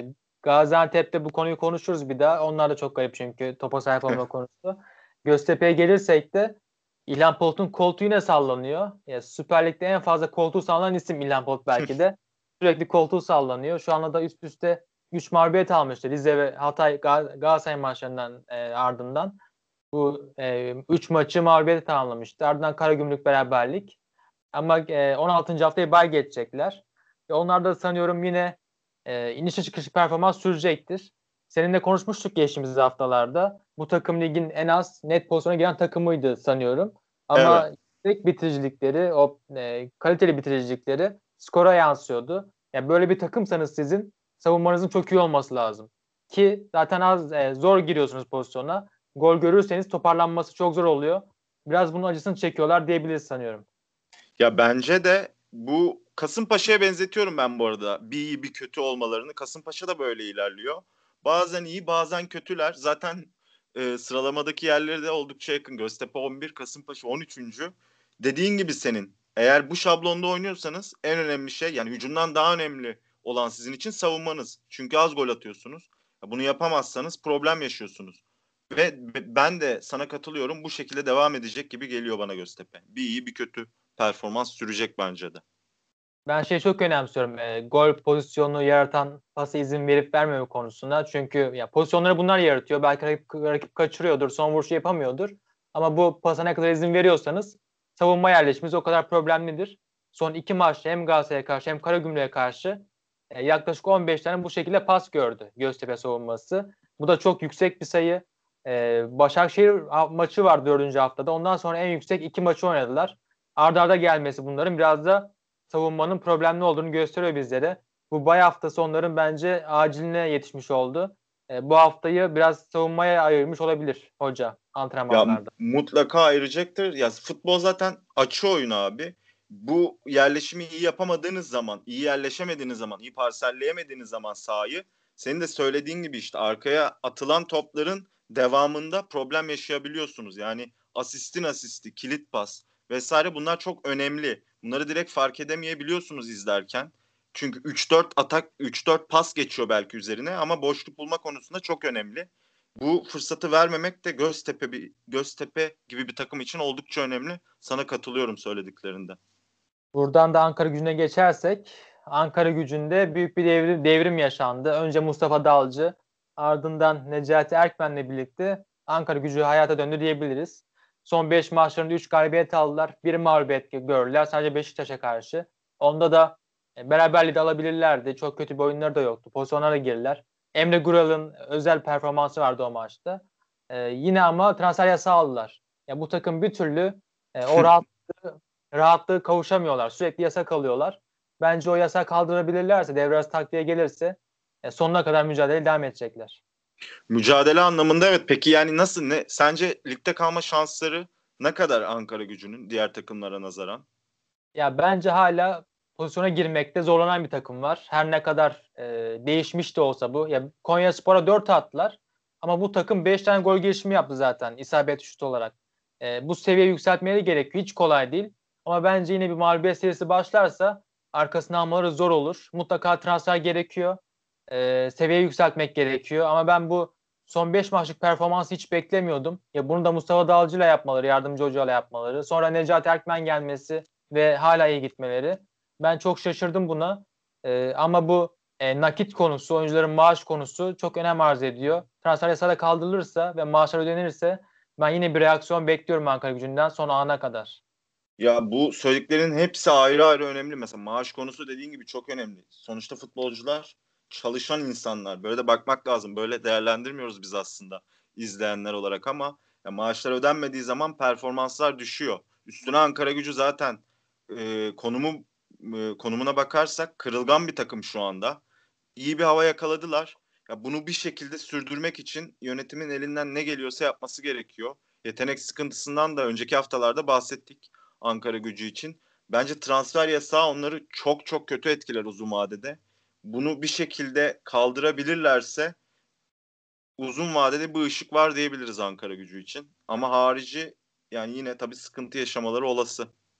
Gaziantep'te bu konuyu konuşuruz bir daha. Onlar da çok garip çünkü topa sahip olma konusu. Göztepe'ye gelirsek de İlhan Polut'un koltuğu yine sallanıyor. Ya, Süper Lig'de en fazla koltuğu sallanan isim İlhan Polut belki de. Sürekli koltuğu sallanıyor. Şu anda da üst üste üç mağlubiyet almıştı. Rize ve Hatay Gal- Galatasaray maçlarından e, ardından. Bu üç maçı mağlubiyete tamamlamıştı. Ardından Karagümrük beraberlik. Ama e, on altıncı haftayı bay geçecekler. Ve onlar da sanıyorum yine e, inişe çıkışı performans sürecektir. Seninle konuşmuştuk geçtiğimiz haftalarda. Bu takım ligin en az net pozisyona giren takımıydı sanıyorum. Evet. Ama tek bitiricilikleri, o e, kaliteli bitiricilikleri skora yansıyordu. Yani böyle bir takımsanız sizin savunmanızın çok iyi olması lazım. Ki zaten az e, zor giriyorsunuz pozisyona. Gol görürseniz toparlanması çok zor oluyor. Biraz bunun acısını çekiyorlar diyebiliriz sanıyorum. Ya bence de bu Kasımpaşa'ya benzetiyorum ben bu arada. Bir iyi bir kötü olmalarını. Kasımpaşa da böyle ilerliyor. Bazen iyi bazen kötüler. Zaten e, sıralamadaki yerleri de oldukça yakın. Göztepe on bir, Kasımpaşa on üçüncü. Dediğin gibi senin. Eğer bu şablonda oynuyorsanız en önemli şey, yani hücumdan daha önemli olan sizin için savunmanız. Çünkü az gol atıyorsunuz. Bunu yapamazsanız problem yaşıyorsunuz. Ve ben de sana katılıyorum. Bu şekilde devam edecek gibi geliyor bana Göztepe. Bir iyi bir kötü performans sürecek bence de. Ben şey çok önemsiyorum. E, gol pozisyonunu yaratan pası izin verip vermeme konusunda. Çünkü ya pozisyonları bunlar yaratıyor. Belki rakip, rakip kaçırıyordur, son vuruşu yapamıyordur. Ama bu pasa ne kadar izin veriyorsanız savunma yerleşiminiz o kadar problemlidir. Son iki maçta hem Galatasaray'a karşı hem Karagümrük'e karşı e, yaklaşık on beş tane bu şekilde pas gördü Göztepe savunması. Bu da çok yüksek bir sayı. E, Başakşehir maçı var dördüncü haftada. Ondan sonra en yüksek iki maçı oynadılar. Arda arda gelmesi bunların biraz da savunmanın problemli olduğunu gösteriyor bizlere. Bu bay haftası onların bence aciline yetişmiş oldu. E, bu haftayı biraz savunmaya ayırmış olabilir hoca Ya antrenmanlarda. mutlaka ayıracaktır. Ya futbol zaten açı oyunu abi. Bu yerleşimi iyi yapamadığınız zaman, iyi yerleşemediğiniz zaman, iyi parselleyemediğiniz zaman sahayı, senin de söylediğin gibi işte arkaya atılan topların devamında problem yaşayabiliyorsunuz. Yani asistin asisti, kilit pas vesaire, bunlar çok önemli. Bunları direkt fark edemeyebiliyorsunuz izlerken. Çünkü üç dört atak, üç dört pas geçiyor belki üzerine ama boşluk bulma konusunda çok önemli. Bu fırsatı vermemek de Göztepe bir Göztepe gibi bir takım için oldukça önemli. Sana katılıyorum söylediklerinde. Buradan da Ankara Gücü'ne geçersek, Ankara Gücü'nde büyük bir devrim, devrim yaşandı. Önce Mustafa Dalcı, ardından Necati Erkmen'le birlikte Ankara Gücü hayata döndü diyebiliriz. Son beş maçlarında üç galibiyet aldılar. Bir mağlubiyet gördüler sadece Beşiktaş'a karşı. Onda da e, beraberliği de alabilirlerdi. Çok kötü bir oyunları da yoktu. Pozisyonlara girdiler. Emre Gural'ın özel performansı vardı o maçta. Ee, yine ama transfer yasağı aldılar. Ya bu takım bir türlü e, o rahat rahatlığı kavuşamıyorlar. Sürekli yasak alıyorlar. Bence o yasak kaldırabilirlerse, devre arası takviye gelirse e, sonuna kadar mücadele devam edecekler. Mücadele anlamında evet. Peki yani nasıl, ne sence ligde kalma şansları ne kadar Ankara Gücü'nün diğer takımlara nazaran? Ya bence hala pozisyona girmekte zorlanan bir takım var. Her ne kadar e, değişmiş de olsa bu. Ya Konyaspor'a dört attılar ama bu takım beş tane gol girişimi yaptı zaten isabet şutu olarak. E, bu seviye yükseltmeleri gerekiyor. Hiç kolay değil. Ama bence yine bir mağlubiyet serisi başlarsa arkasına almaları zor olur. Mutlaka transfer gerekiyor. E, seviye yükseltmek gerekiyor. Ama ben bu son beş maçlık performansı hiç beklemiyordum. Ya bunu da Mustafa Dalcı'yla yapmaları, yardımcı hocayla yapmaları. Sonra Necati Erkmen gelmesi ve hala iyi gitmeleri. Ben çok şaşırdım buna. Ee, ama bu e, nakit konusu, oyuncuların maaş konusu çok önem arz ediyor. Transfer yasağı da kaldırılırsa ve maaşlar ödenirse ben yine bir reaksiyon bekliyorum Ankara Gücü'nden son ana kadar. Ya bu söylediklerin hepsi ayrı ayrı önemli. Mesela maaş konusu dediğin gibi çok önemli. Sonuçta futbolcular çalışan insanlar. Böyle de bakmak lazım. Böyle değerlendirmiyoruz biz aslında izleyenler olarak ama ya maaşlar ödenmediği zaman performanslar düşüyor. Üstüne Ankara Gücü zaten e, konumu e, konumuna bakarsak kırılgan bir takım şu anda. İyi bir hava yakaladılar. Ya bunu bir şekilde sürdürmek için yönetimin elinden ne geliyorsa yapması gerekiyor. Yetenek sıkıntısından da önceki haftalarda bahsettik Ankara Gücü için. Bence transfer yasağı onları çok çok kötü etkiler uzun vadede. Bunu bir şekilde kaldırabilirlerse uzun vadede bir ışık var diyebiliriz Ankara Gücü için. Ama harici yani yine tabii sıkıntı yaşamaları olası.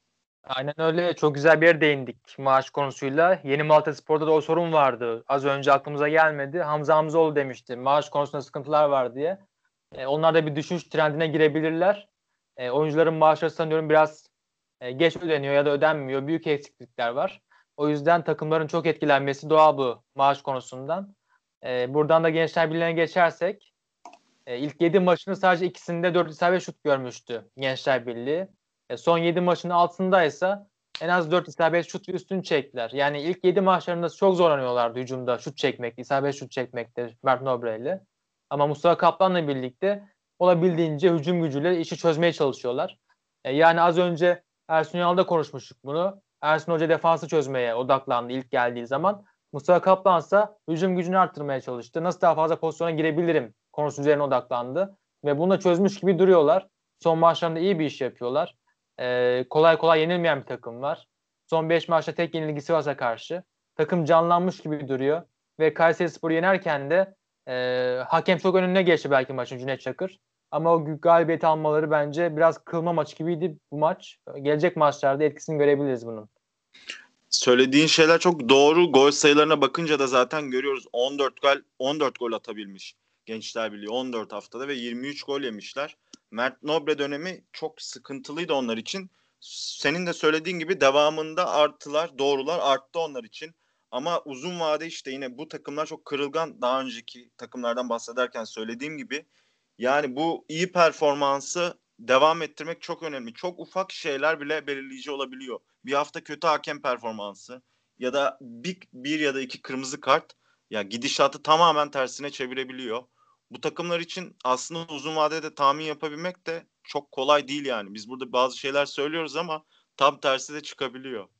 Aynen öyle. Çok güzel bir yere değindik maaş konusuyla. Yeni Malatyaspor'da da o sorun vardı. Az önce aklımıza gelmedi. Hamza Hamzoğlu demişti. Maaş konusunda sıkıntılar var diye. E, onlar da bir düşüş trendine girebilirler. E, oyuncuların maaşları sanıyorum biraz e, geç ödeniyor ya da ödenmiyor. Büyük eksiklikler var. O yüzden takımların çok etkilenmesi doğal bu maaş konusundan. E, buradan da Gençler Birliği'ne geçersek e, ilk yedi maçını sadece ikisinde dört isabet şut görmüştü Gençler Birliği. E, son yedi maçın altındaysa en az dört isabet şut üstün çektiler. Yani ilk yedi maçlarında çok zorlanıyorlardı hücumda şut çekmek, isabet şut çekmekte Mert Nobre ile. Ama Mustafa Kaplan'la birlikte olabildiğince hücum gücüyle işi çözmeye çalışıyorlar. E, yani az önce Ersun Yanal'da konuşmuştuk bunu. Ersun Hoca defansı çözmeye odaklandı ilk geldiği zaman. Mustafa Kaplan ise hücum gücünü arttırmaya çalıştı. Nasıl daha fazla pozisyona girebilirim konusu üzerine odaklandı. Ve bunu da çözmüş gibi duruyorlar. Son maçlarında iyi bir iş yapıyorlar. Ee, kolay kolay yenilmeyen bir takım var. Son beş maçta tek yenilgi Sivas'a karşı. Takım canlanmış gibi duruyor. Ve Kayserispor'u yenerken de e, hakem çok önüne geçti belki maçın Cüneyt Çakır. Ama o galibiyeti almaları bence biraz kılma maçı gibiydi bu maç. Gelecek maçlarda etkisini görebiliriz bunun. Söylediğin şeyler çok doğru. Gol sayılarına bakınca da zaten görüyoruz. on dört gol on dört gol atabilmiş Gençler Birliği on dört haftada ve yirmi üç gol yemişler. Mert Nobre dönemi çok sıkıntılıydı onlar için. Senin de söylediğin gibi devamında artılar, doğrular arttı onlar için. Ama uzun vade işte yine bu takımlar çok kırılgan. Daha önceki takımlardan bahsederken söylediğim gibi yani bu iyi performansı devam ettirmek çok önemli. Çok ufak şeyler bile belirleyici olabiliyor. Bir hafta kötü hakem performansı ya da bir, bir ya da iki kırmızı kart ya gidişatı tamamen tersine çevirebiliyor. Bu takımlar için aslında uzun vadede tahmin yapabilmek de çok kolay değil yani. Biz burada bazı şeyler söylüyoruz ama tam tersi de çıkabiliyor.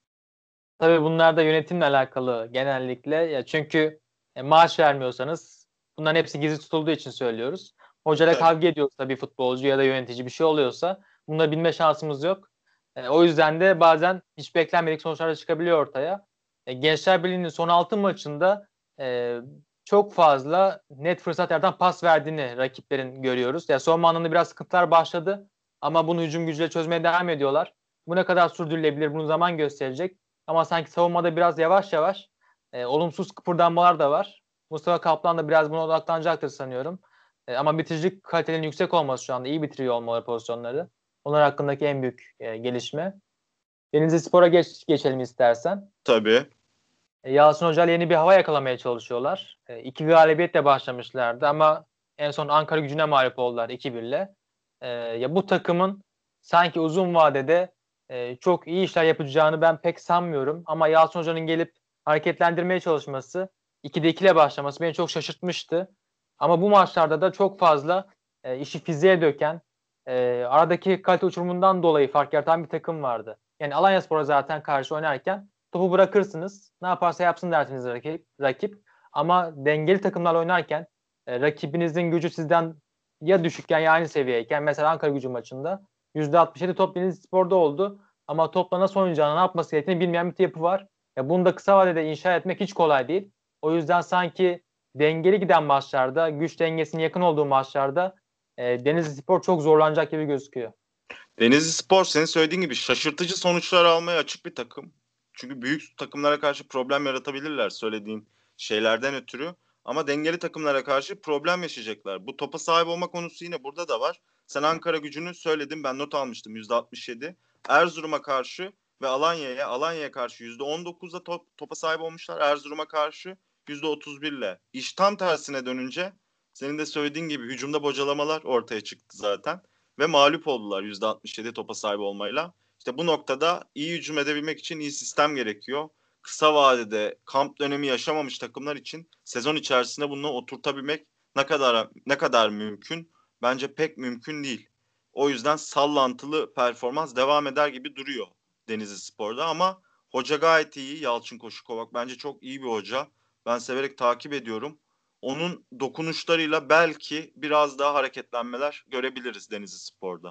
Tabii bunlar da yönetimle alakalı genellikle. Ya çünkü e, maaş vermiyorsanız bunların hepsi gizli tutulduğu için söylüyoruz. Hocayla Tabii. kavga ediyorsa bir futbolcu ya da yönetici bir şey oluyorsa bunları bilme şansımız yok. E, o yüzden de bazen hiç beklenmedik sonuçlar da çıkabiliyor ortaya. E, Gençler Birliği'nin son altı maçında e, çok fazla net fırsat yaratan pas verdiğini rakiplerin görüyoruz. Ya son anlamda biraz sıkıntılar başladı ama bunu hücum gücüyle çözmeye devam ediyorlar. Bu ne kadar sürdürülebilir bunu zaman gösterecek. Ama sanki savunmada biraz yavaş yavaş e, olumsuz kıpırdanmalar da var. Mustafa Kaplan da biraz buna odaklanacaktır sanıyorum. E, ama bitiricilik kalitelerinin yüksek olması şu anda iyi bitiriyor olmaları pozisyonları. Onlar hakkındaki en büyük e, gelişme. Denizli Spor'a geç, geçelim istersen. Tabii. E, Yalçın Hoca ile yeni bir hava yakalamaya çalışıyorlar. E, iki galibiyetle başlamışlardı ama en son Ankara Gücü'ne mağlup oldular iki birle. E, ya bu takımın sanki uzun vadede e, çok iyi işler yapacağını ben pek sanmıyorum. Ama Yalçın Hoca'nın gelip hareketlendirmeye çalışması, ikide iki ile başlaması beni çok şaşırtmıştı. Ama bu maçlarda da çok fazla e, işi fiziğe döken, e, aradaki kalite uçurumundan dolayı fark yaratan bir takım vardı. Yani Alanyaspor'a zaten karşı oynarken topu bırakırsınız. Ne yaparsa yapsın dersiniz rakip. rakip. Ama dengeli takımlarla oynarken e, rakibinizin gücü sizden ya düşükken ya aynı seviyeyken mesela Ankara Gücü maçında yüzde altmış yedi top Denizlispor'da oldu. Ama topla nasıl oynayacağını, ne yapması gerektiğini bilmeyen bir yapı var. Ya bunu da kısa vadede inşa etmek hiç kolay değil. O yüzden sanki dengeli giden maçlarda, güç dengesinin yakın olduğu maçlarda e, Denizlispor çok zorlanacak gibi gözüküyor. Denizli Spor senin söylediğin gibi şaşırtıcı sonuçlar almaya açık bir takım. Çünkü büyük takımlara karşı problem yaratabilirler söylediğin şeylerden ötürü. Ama dengeli takımlara karşı problem yaşayacaklar. Bu topa sahip olma konusu yine burada da var. Sen Ankara Gücü'nü söyledin, ben not almıştım yüzde altmış yedi. Erzurum'a karşı ve Alanya'ya Alanya'ya karşı yüzde on dokuzda top, topa sahip olmuşlar. Erzurum'a karşı yüzde otuz bir ile. İş tam tersine dönünce senin de söylediğin gibi hücumda bocalamalar ortaya çıktı zaten ve mağlup oldular yüzde altmış yedi topa sahip olmayla. İşte bu noktada iyi hücum edebilmek için iyi sistem gerekiyor. Kısa vadede kamp dönemi yaşamamış takımlar için sezon içerisinde bunu oturtabilmek ne kadar ne kadar mümkün? Bence pek mümkün değil. O yüzden sallantılı performans devam eder gibi duruyor Denizli Spor'da ama hoca gayet iyi. Yalçın Koşukovak bence çok iyi bir hoca. Ben severek takip ediyorum. Onun dokunuşlarıyla belki biraz daha hareketlenmeler görebiliriz Denizli Spor'da.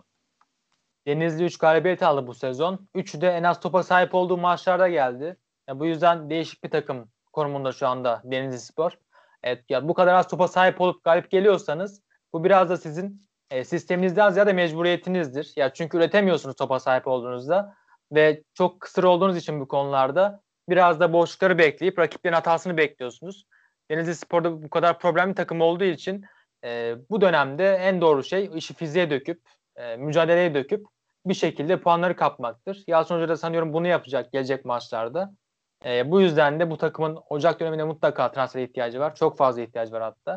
Denizli üç galibiyet aldı bu sezon. üçü de en az topa sahip olduğu maçlarda geldi. Ya bu yüzden değişik bir takım konumunda şu anda Denizlispor. Evet, ya bu kadar az topa sahip olup galip geliyorsanız bu biraz da sizin e, sisteminizden ziyade mecburiyetinizdir. Ya çünkü üretemiyorsunuz topa sahip olduğunuzda. ve çok kısır olduğunuz için bu konularda biraz da boşlukları bekleyip rakiplerin hatasını bekliyorsunuz. Denizlispor'da bu kadar problemli takım olduğu için e, bu dönemde en doğru şey işi fiziğe döküp, e, mücadeleye döküp bir şekilde puanları kapmaktır. Yalçın Hoca da sanıyorum bunu yapacak gelecek maçlarda. E, bu yüzden de bu takımın Ocak döneminde mutlaka transfer ihtiyacı var. Çok fazla ihtiyacı var hatta.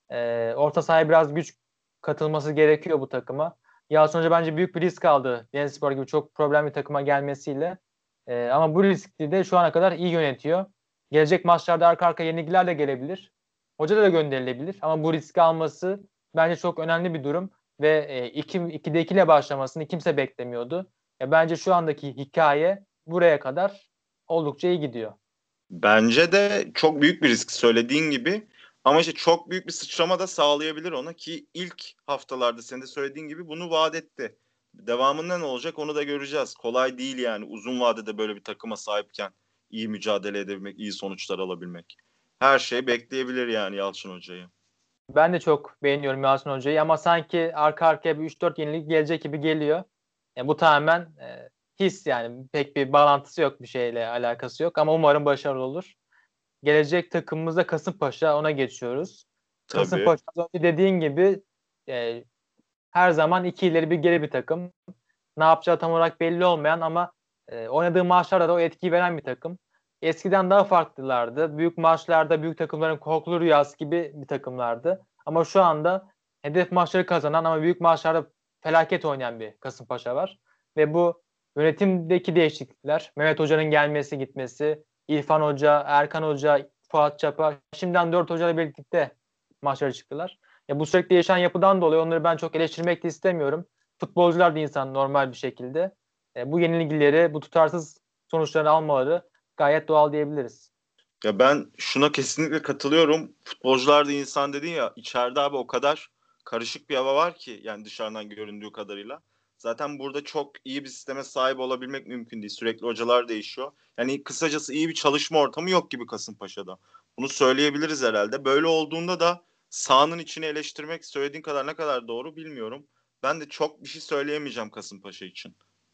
E, orta sahaya biraz güç katılması gerekiyor bu takıma. Yalçın Hoca bence büyük bir risk aldı. Denizlispor gibi çok problemli takıma gelmesiyle. E, ama bu riski de şu ana kadar iyi yönetiyor. Gelecek maçlarda arka arka yenilgiler de gelebilir. Hoca da gönderilebilir ama bu riski alması bence çok önemli bir durum ve e, iki, ikide iki ile başlamasını kimse beklemiyordu. E, bence şu andaki hikaye buraya kadar oldukça iyi gidiyor. Bence de çok büyük bir risk söylediğin gibi. Ama işte çok büyük bir sıçrama da sağlayabilir ona ki ilk haftalarda senin de söylediğin gibi bunu vaat etti. Devamında ne olacak onu da göreceğiz. Kolay değil yani uzun vadede böyle bir takıma sahipken iyi mücadele edebilmek, iyi sonuçlar alabilmek. Her şey bekleyebilir yani Yalçın Hoca'yı. Ben de çok beğeniyorum Yalçın Hoca'yı ama sanki arka arkaya bir üç dört yenilik gelecek gibi geliyor. Yani bu tamamen e, his yani pek bir bağlantısı yok bir şeyle alakası yok ama umarım başarılı olur. Gelecek takımımızda Kasımpaşa ona geçiyoruz. Tabii. Kasımpaşa az önce dediğin gibi e, her zaman iki ileri bir geri bir takım. Ne yapacağı tam olarak belli olmayan ama e, oynadığı maçlarda da o etkiyi veren bir takım. Eskiden daha farklılardı. Büyük maçlarda büyük takımların korkulu rüyası gibi bir takımlardı. Ama şu anda hedef maçları kazanan ama büyük maçlarda felaket oynayan bir Kasımpaşa var. Ve bu yönetimdeki değişiklikler, Mehmet Hoca'nın gelmesi gitmesi, İrfan Hoca, Erkan Hoca, Fuat Çapa, şimdiden dört hocayla birlikte maçlara çıktılar. Ya bu sürekli değişen yapıdan dolayı onları ben çok eleştirmek de istemiyorum. Futbolcular da insan normal bir şekilde. E, bu yenilgileri, bu tutarsız sonuçları almaları gayet doğal diyebiliriz. Ya ben şuna kesinlikle katılıyorum. Futbolcular da insan dedin ya içeride abi o kadar karışık bir hava var ki yani dışarıdan göründüğü kadarıyla. Zaten burada çok iyi bir sisteme sahip olabilmek mümkün değil. Sürekli hocalar değişiyor. Yani kısacası iyi bir çalışma ortamı yok gibi Kasımpaşa'da. Bunu söyleyebiliriz herhalde. Böyle olduğunda da sahanın içini eleştirmek söylediğin kadar ne kadar doğru bilmiyorum. Ben de çok bir şey söyleyemeyeceğim Kasımpaşa için.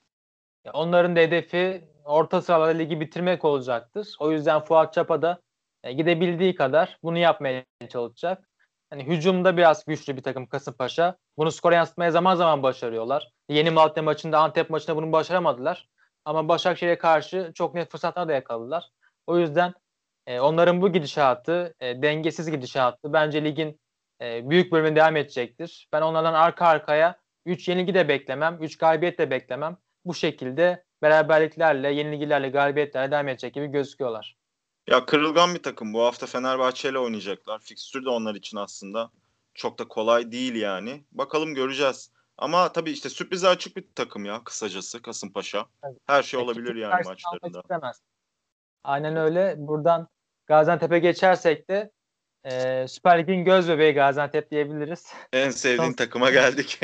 Ya onların da hedefi orta sıralarda ligi bitirmek olacaktır. O yüzden Fuat Çapa da e, gidebildiği kadar bunu yapmaya çalışacak. Hani hücumda biraz güçlü bir takım Kasımpaşa. Bunu skora yansıtmaya zaman zaman başarıyorlar. Yeni Malatya maçında, Antep maçında bunu başaramadılar. Ama Başakşehir'e karşı çok net fırsatlar da yakaladılar. O yüzden e, onların bu gidişatı, e, dengesiz gidişatı bence ligin e, büyük bölümünde devam edecektir. Ben onlardan arka arkaya üç yenilgi de beklemem, üç galibiyet de beklemem. Bu şekilde beraberliklerle, yenilgilerle, galibiyetlerle devam edecek gibi gözüküyorlar. Ya kırılgan bir takım. Bu hafta Fenerbahçe ile oynayacaklar. Fikstür de onlar için aslında çok da kolay değil yani. Bakalım göreceğiz. Ama tabii işte sürprize açık bir takım ya kısacası Kasımpaşa. Evet. Her şey E, olabilir kimse yani karşısına almak maçlarında. istemez. Aynen öyle. Buradan Gaziantep'e geçersek de e, Süper Lig'in göz bebeği Gaziantep diyebiliriz. En Son, sevdiğin takıma geldik.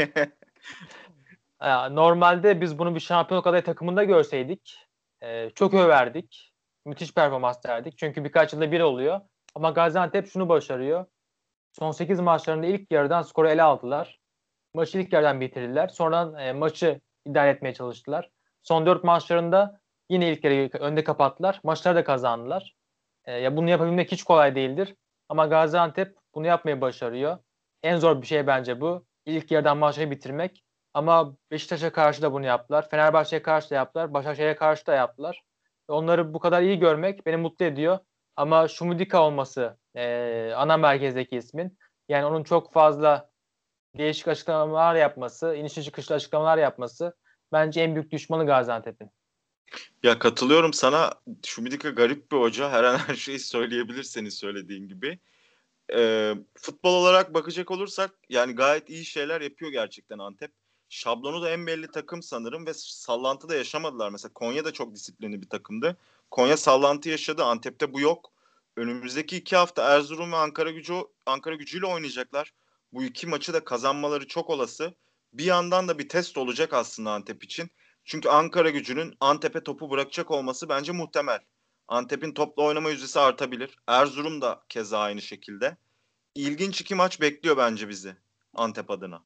Ya, normalde biz bunu bir şampiyonluk adayı takımında görseydik e, çok överdik. Müthiş performans derdik. Çünkü birkaç yılda bir oluyor. Ama Gaziantep şunu başarıyor. Son sekiz maçlarında ilk yarıdan skoru ele aldılar. Maçı ilk yerden bitirdiler. Sonradan e, maçı idare etmeye çalıştılar. Son dört maçlarında yine ilk yarıyı önde kapattılar. Maçları da kazandılar. E, ya bunu yapabilmek hiç kolay değildir. Ama Gaziantep bunu yapmayı başarıyor. En zor bir şey bence bu. İlk yarıdan maçı bitirmek. Ama Beşiktaş'a karşı da bunu yaptılar. Fenerbahçe'ye karşı da yaptılar. Başakşehir'e karşı da yaptılar. Onları bu kadar iyi görmek beni mutlu ediyor. Ama Şumudika olması e, ana merkezdeki ismin. Yani onun çok fazla değişik açıklamalar yapması, inişli çıkışlı açıklamalar yapması bence en büyük düşmanı Gaziantep'in. Ya katılıyorum sana. Şumidika garip bir hoca. Her an her şeyi söyleyebilir senin söylediğin gibi. Ee, futbol olarak bakacak olursak yani gayet iyi şeyler yapıyor gerçekten Antep. Şablonu da en belli takım sanırım ve sallantı da yaşamadılar. Mesela Konya da çok disiplinli bir takımdı. Konya sallantı yaşadı. Antep'te bu yok. Önümüzdeki iki hafta Erzurum ve Ankara Gücü Ankara Gücü'yle oynayacaklar. Bu iki maçı da kazanmaları çok olası. Bir yandan da bir test olacak aslında Antep için. Çünkü Ankara Gücü'nün Antep'e topu bırakacak olması bence muhtemel. Antep'in topla oynama yüzdesi artabilir. Erzurum da keza aynı şekilde. İlginç iki maç bekliyor bence bizi Antep adına.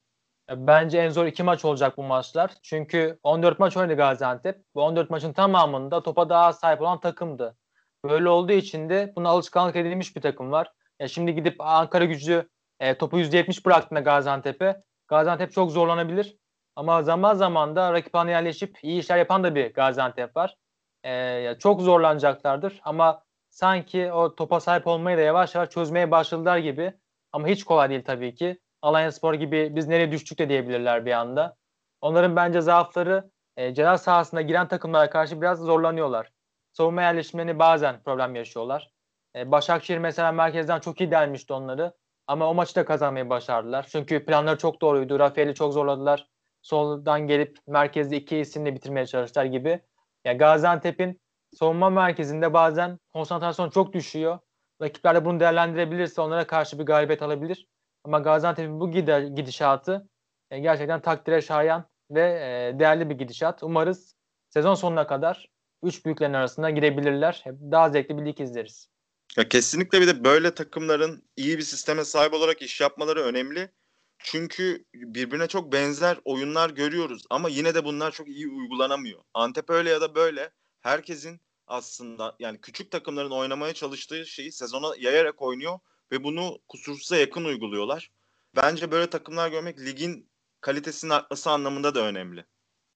Bence en zor iki maç olacak bu maçlar. Çünkü on dört maç oynadı Gaziantep. Bu on dört maçın tamamında topa daha az sahip olan takımdı. Böyle olduğu için de buna alışkanlık edilmiş bir takım var. Ya şimdi gidip Ankara Gücü e, topu yüzde yetmiş bıraktığında Gaziantep'e, Gaziantep çok zorlanabilir. Ama zaman zaman da rakip haline yerleşip iyi işler yapan da bir Gaziantep var. E, ya çok zorlanacaklardır ama sanki o topa sahip olmayı da yavaş yavaş çözmeye başladılar gibi. Ama hiç kolay değil tabii ki. Alanyaspor gibi biz nereye düştük de diyebilirler bir anda. Onların bence zaafları e, ceza sahasına giren takımlara karşı biraz zorlanıyorlar. Savunma yerleşimlerini bazen problem yaşıyorlar. E, Başakşehir mesela merkezden çok iyi delmişti onları. Ama o maçı da kazanmayı başardılar. Çünkü planları çok doğruydu. Rafael'i çok zorladılar. Soldan gelip merkezde iki isimle bitirmeye çalıştılar gibi. Ya Gaziantep'in savunma merkezinde bazen konsantrasyon çok düşüyor. Rakipler de bunu değerlendirebilirse onlara karşı bir galibiyet alabilir. Ama Gaziantep'in bu gider, gidişatı e, gerçekten takdire şayan ve e, değerli bir gidişat. Umarız sezon sonuna kadar üç büyüklerin arasında girebilirler. Hep daha zevkli bir lig izleriz. Ya kesinlikle bir de böyle takımların iyi bir sisteme sahip olarak iş yapmaları önemli. Çünkü birbirine çok benzer oyunlar görüyoruz ama yine de bunlar çok iyi uygulanamıyor. Antep öyle ya da böyle herkesin aslında yani küçük takımların oynamaya çalıştığı şeyi sezona yayarak oynuyor ve bunu kusursuza yakın uyguluyorlar. Bence böyle takımlar görmek ligin kalitesinin artması anlamında da önemli.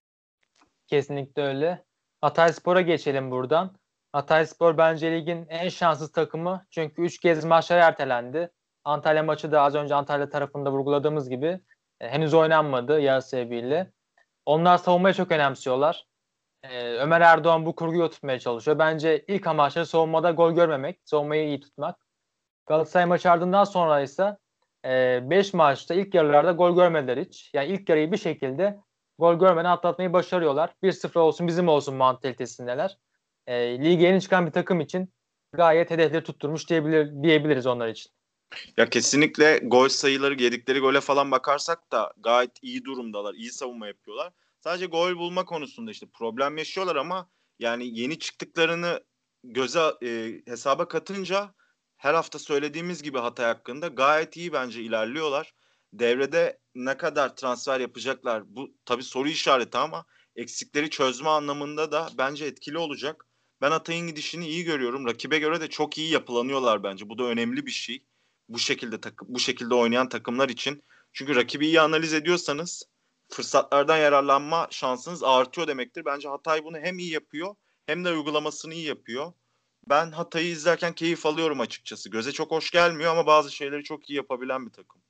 Kesinlikle öyle. Hatayspor'a geçelim buradan. Hatayspor bence ligin en şanssız takımı. Çünkü üç kez maçlar ertelendi. Antalya maçı da az önce Antalya tarafında vurguladığımız gibi e, henüz oynanmadı yağ sebebiyle. Onlar savunmayı çok önemsiyorlar. Ee, Ömer Erdoğan bu kurguyu oturtmaya çalışıyor. Bence ilk amaçları savunmada gol görmemek, savunmayı iyi tutmak. Galatasaray maçı ardından sonra ise beş maçta ilk yarılarda gol görmediler hiç. Yani ilk yarıyı bir şekilde gol görmeden atlatmayı başarıyorlar. bir sıfır olsun bizim olsun mantalitesindeler. E, lige yeni çıkan bir takım için gayet hedefleri tutturmuş diyebilir, diyebiliriz onlar için. Ya kesinlikle gol sayıları yedikleri gole falan bakarsak da gayet iyi durumdalar. İyi savunma yapıyorlar. Sadece gol bulma konusunda işte problem yaşıyorlar ama yani yeni çıktıklarını göze e, hesaba katınca her hafta söylediğimiz gibi Hatay hakkında gayet iyi bence ilerliyorlar. Devrede ne kadar transfer yapacaklar bu tabii soru işareti ama eksikleri çözme anlamında da bence etkili olacak. Ben Hatay'ın gidişini iyi görüyorum. Rakibe göre de çok iyi yapılanıyorlar bence. Bu da önemli bir şey bu şekilde takım bu şekilde oynayan takımlar için. Çünkü rakibi iyi analiz ediyorsanız fırsatlardan yararlanma şansınız artıyor demektir. Bence Hatay bunu hem iyi yapıyor hem de uygulamasını iyi yapıyor. Ben Hatay'ı izlerken keyif alıyorum açıkçası. Göze çok hoş gelmiyor ama bazı şeyleri çok iyi yapabilen bir takım.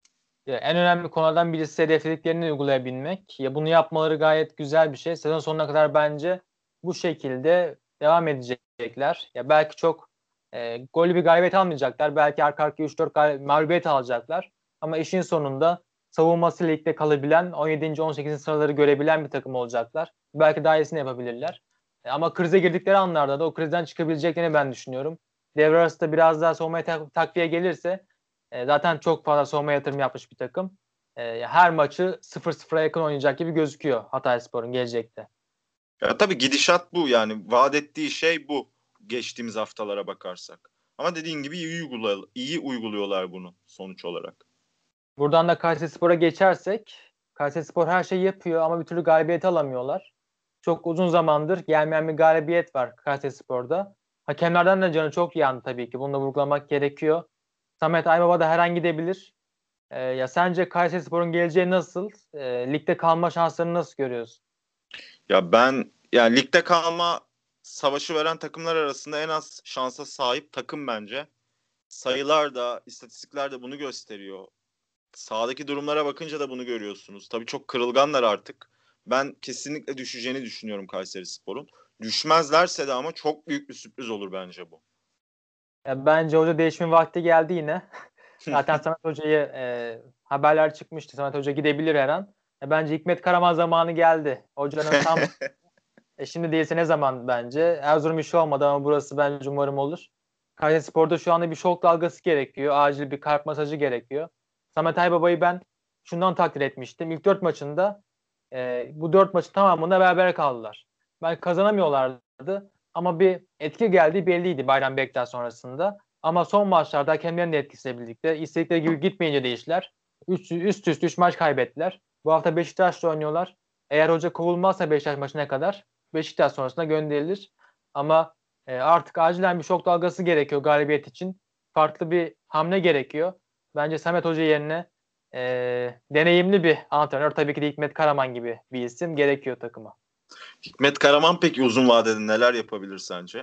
Ya en önemli konulardan birisi hedeflediklerini uygulayabilmek. Ya bunu yapmaları gayet güzel bir şey. Sezon sonuna kadar bence bu şekilde devam edecekler. Ya belki çok e, golü bir galibiyet almayacaklar. Belki arka arkaya üç dört gal- mağlubiyet alacaklar. Ama işin sonunda savunması ligde kalabilen on yedinci on sekizinci sıraları görebilen bir takım olacaklar. Belki daha iyisini yapabilirler. E, ama krize girdikleri anlarda da o krizden çıkabileceklerini ben düşünüyorum. Devre arasında biraz daha savunmaya tak- takviye gelirse e, zaten çok fazla savunma yatırım yapmış bir takım. E, her maçı sıfır sıfıra yakın oynayacak gibi gözüküyor Hatayspor'un gelecekte. Ya tabii gidişat bu yani vaat ettiği şey bu geçtiğimiz haftalara bakarsak. Ama dediğin gibi iyi, uygula, iyi uyguluyorlar bunu sonuç olarak. Buradan da Kayserispor'a geçersek, Kayserispor her şeyi yapıyor ama bir türlü galibiyet alamıyorlar. Çok uzun zamandır gelmeyen bir galibiyet var Kayserispor'da. Hakemlerden de canı çok yandı tabii ki. Bunu da vurgulamak gerekiyor. Samet Aybaba da her an gidebilir. E, ya sence Kayserispor'un geleceği nasıl? E, ligde kalma şanslarını nasıl görüyorsun? Ya ben yani ligde kalma savaşı veren takımlar arasında en az şansa sahip takım bence. Sayılar da, istatistikler de bunu gösteriyor. Sahadaki durumlara bakınca da bunu görüyorsunuz. Tabii çok kırılganlar artık. Ben kesinlikle düşeceğini düşünüyorum Kayserispor'un. Düşmezlerse de ama çok büyük bir sürpriz olur bence bu. Ya bence hoca değişme vakti geldi yine. Zaten Samet Hoca'yı e, haberler çıkmıştı. Samet Hoca gidebilir her an. E, bence Hikmet Karaman zamanı geldi. Hocanın tam e, şimdi değilse ne zaman bence? Erzurum işi olmadı ama burası bence umarım olur. Kayserispor'da şu anda bir şok dalgası gerekiyor. Acil bir kalp masajı gerekiyor. Samet Aybaba'yı ben şundan takdir etmiştim. İlk dört maçında e, bu dört maçın tamamında beraber kaldılar. Belki kazanamıyorlardı ama bir etki geldiği belliydi Bayram Bektaş sonrasında. Ama son maçlarda hakemlerin de etkisiyle birlikte istedikleri gibi gitmeyince değiştiler. Üst, üst üste üç maç kaybettiler. Bu hafta Beşiktaş'la oynuyorlar. Eğer hoca kovulmazsa Beşiktaş maçına kadar Beşiktaş sonrasında gönderilir. Ama e, artık acilen bir şok dalgası gerekiyor galibiyet için. Farklı bir hamle gerekiyor. Bence Samet Hoca yerine e, deneyimli bir antrenör, tabii ki de Hikmet Karaman gibi bir isim gerekiyor takıma. Hikmet Karaman peki uzun vadede neler yapabilir sence?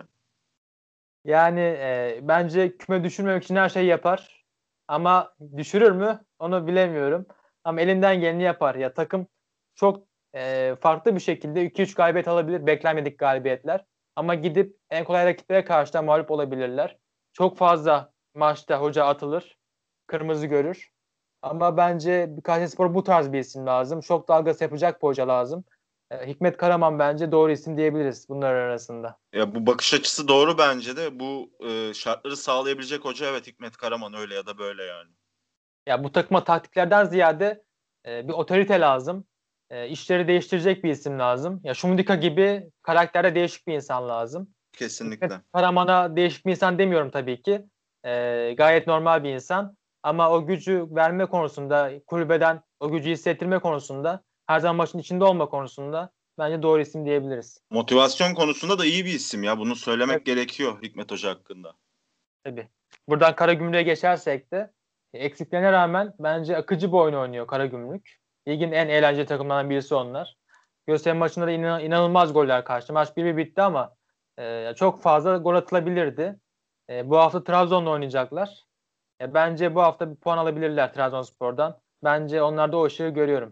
Yani e, bence küme düşürmemek için her şeyi yapar. Ama düşürür mü? Onu bilemiyorum. Ama elinden geleni yapar. Ya takım çok e, farklı bir şekilde iki üç galibiyet alabilir. Beklenmedik galibiyetler. Ama gidip en kolay rakiplere karşı da mağlup olabilirler. Çok fazla maçta hoca atılır. Kırmızı görür. Ama bence Kayserispor bu tarz bir isim lazım. Şok dalgası yapacak bir hoca lazım. E, Hikmet Karaman bence doğru isim diyebiliriz bunlar arasında. Ya bu bakış açısı doğru bence de. Bu e, şartları sağlayabilecek hoca evet Hikmet Karaman öyle ya da böyle yani. Ya bu takıma taktiklerden ziyade e, bir otorite lazım. E, işleri değiştirecek bir isim lazım. Ya Şumdika gibi karakterde değişik bir insan lazım. Hikmet Kesinlikle. Karaman'a değişik bir insan demiyorum tabii ki. E, gayet normal bir insan. Ama o gücü verme konusunda, kulübeden o gücü hissettirme konusunda, her zaman maçın içinde olma konusunda bence doğru isim diyebiliriz. Motivasyon konusunda da iyi bir isim ya. Bunu Evet, söylemek gerekiyor Hikmet Hoca hakkında. tabii. Buradan Karagümrük'e geçersek de e, eksiklerine rağmen bence akıcı bir oyun oynuyor Karagümrük. Ligin en eğlenceli takımlarından birisi onlar. Göztepe maçında da inan- inanılmaz goller karşıladı. Maç bir bir bitti ama e, çok fazla gol atılabilirdi. E, bu hafta Trabzon'la oynayacaklar. E, bence bu hafta bir puan alabilirler Trabzonspor'dan. Bence onlarda o ışığı görüyorum.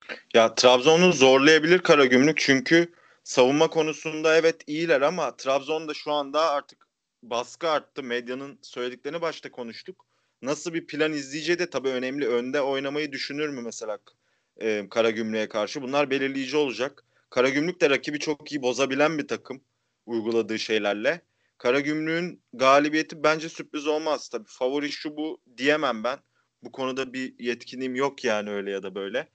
Ya Trabzon'u zorlayabilir Karagümrük çünkü savunma konusunda evet iyiler ama Trabzon'da şu anda artık baskı arttı. Medyanın söylediklerini başta konuştuk. Nasıl bir plan izleyeceği de tabii önemli. Önde oynamayı düşünür mü mesela e, Karagümrük'e karşı? Bunlar belirleyici olacak. Karagümrük de rakibi çok iyi bozabilen bir takım uyguladığı şeylerle. Karagümrük'ün galibiyeti bence sürpriz olmaz. Tabii favori şu bu diyemem ben. Bu konuda bir yetkinliğim yok yani öyle ya da böyle.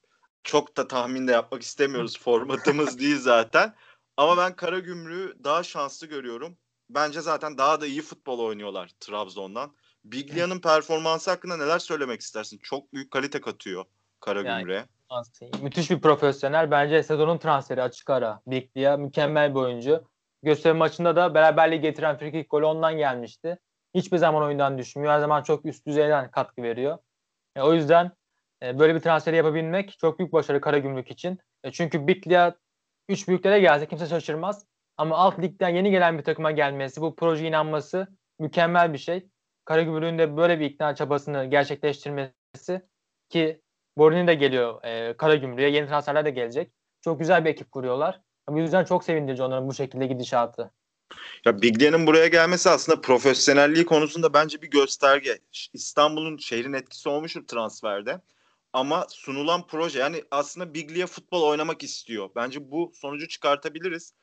Çok da tahmin de yapmak istemiyoruz. Formatımız değil zaten. Ama ben Karagümrük'ü daha şanslı görüyorum. Bence zaten daha da iyi futbol oynuyorlar Trabzon'dan. Biglia'nın performansı hakkında neler söylemek istersin? Çok büyük kalite katıyor Yani Karagümrük'e. müthiş bir profesyonel. Bence sezonun transferi açık ara. Biglia mükemmel bir oyuncu. Gösteri maçında da beraberliği getiren frikik golü ondan gelmişti. Hiçbir zaman oyundan düşmüyor. Her zaman çok üst düzeyden katkı veriyor. E, o yüzden e, böyle bir transferi yapabilmek çok büyük başarı Karagümrük için. E, çünkü Biglia üç büyüklere gelse kimse şaşırmaz. Ama alt ligden yeni gelen bir takıma gelmesi, bu projeye inanması mükemmel bir şey. Karagümrük'ün de böyle bir ikna çabasını gerçekleştirmesi, ki Borini de geliyor e, Karagümrük'e. Yeni transferler de gelecek. Çok güzel bir ekip kuruyorlar. Bu yüzden çok sevindirici onların bu şekilde gidişatı. Ya Biglia'nın buraya gelmesi aslında profesyonelliği konusunda bence bir gösterge. İstanbul'un şehrin etkisi olmuştur transferde. Ama sunulan proje yani aslında Biglia futbol oynamak istiyor. Bence bu sonucu çıkartabiliriz.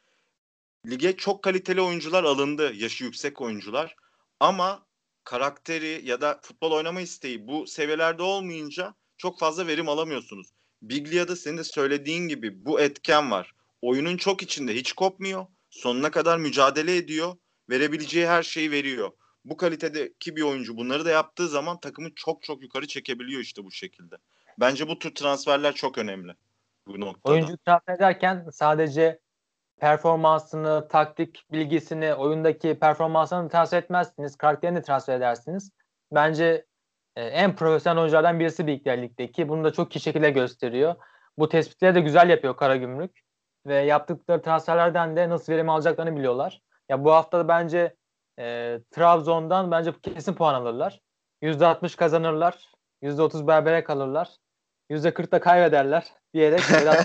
Lige çok kaliteli oyuncular alındı, yaşı yüksek oyuncular. Ama karakteri ya da futbol oynama isteği bu seviyelerde olmayınca çok fazla verim alamıyorsunuz. Biglia'da senin de söylediğin gibi bu etken var. Oyunun çok içinde hiç kopmuyor. Sonuna kadar mücadele ediyor. Verebileceği her şeyi veriyor. Bu kalitedeki bir oyuncu bunları da yaptığı zaman takımı çok çok yukarı çekebiliyor işte bu şekilde. Bence bu tür transferler çok önemli bu noktada. Oyuncu transfer ederken sadece performansını, taktik bilgisini, oyundaki performansını transfer etmezsiniz. Karakterini transfer edersiniz. Bence e, en profesyonel oyunculardan birisi Bigler Lig'deki. Bunu da çok iyi şekilde gösteriyor. Bu tespitleri de güzel yapıyor Karagümrük. Ve yaptıkları transferlerden de nasıl verim alacaklarını biliyorlar. Ya bu hafta da bence e, Trabzon'dan bence kesin puan alırlar. yüzde altmış kazanırlar. yüzde otuz berabere kalırlar. yüzde kırk da kaybederler diyerek Vedat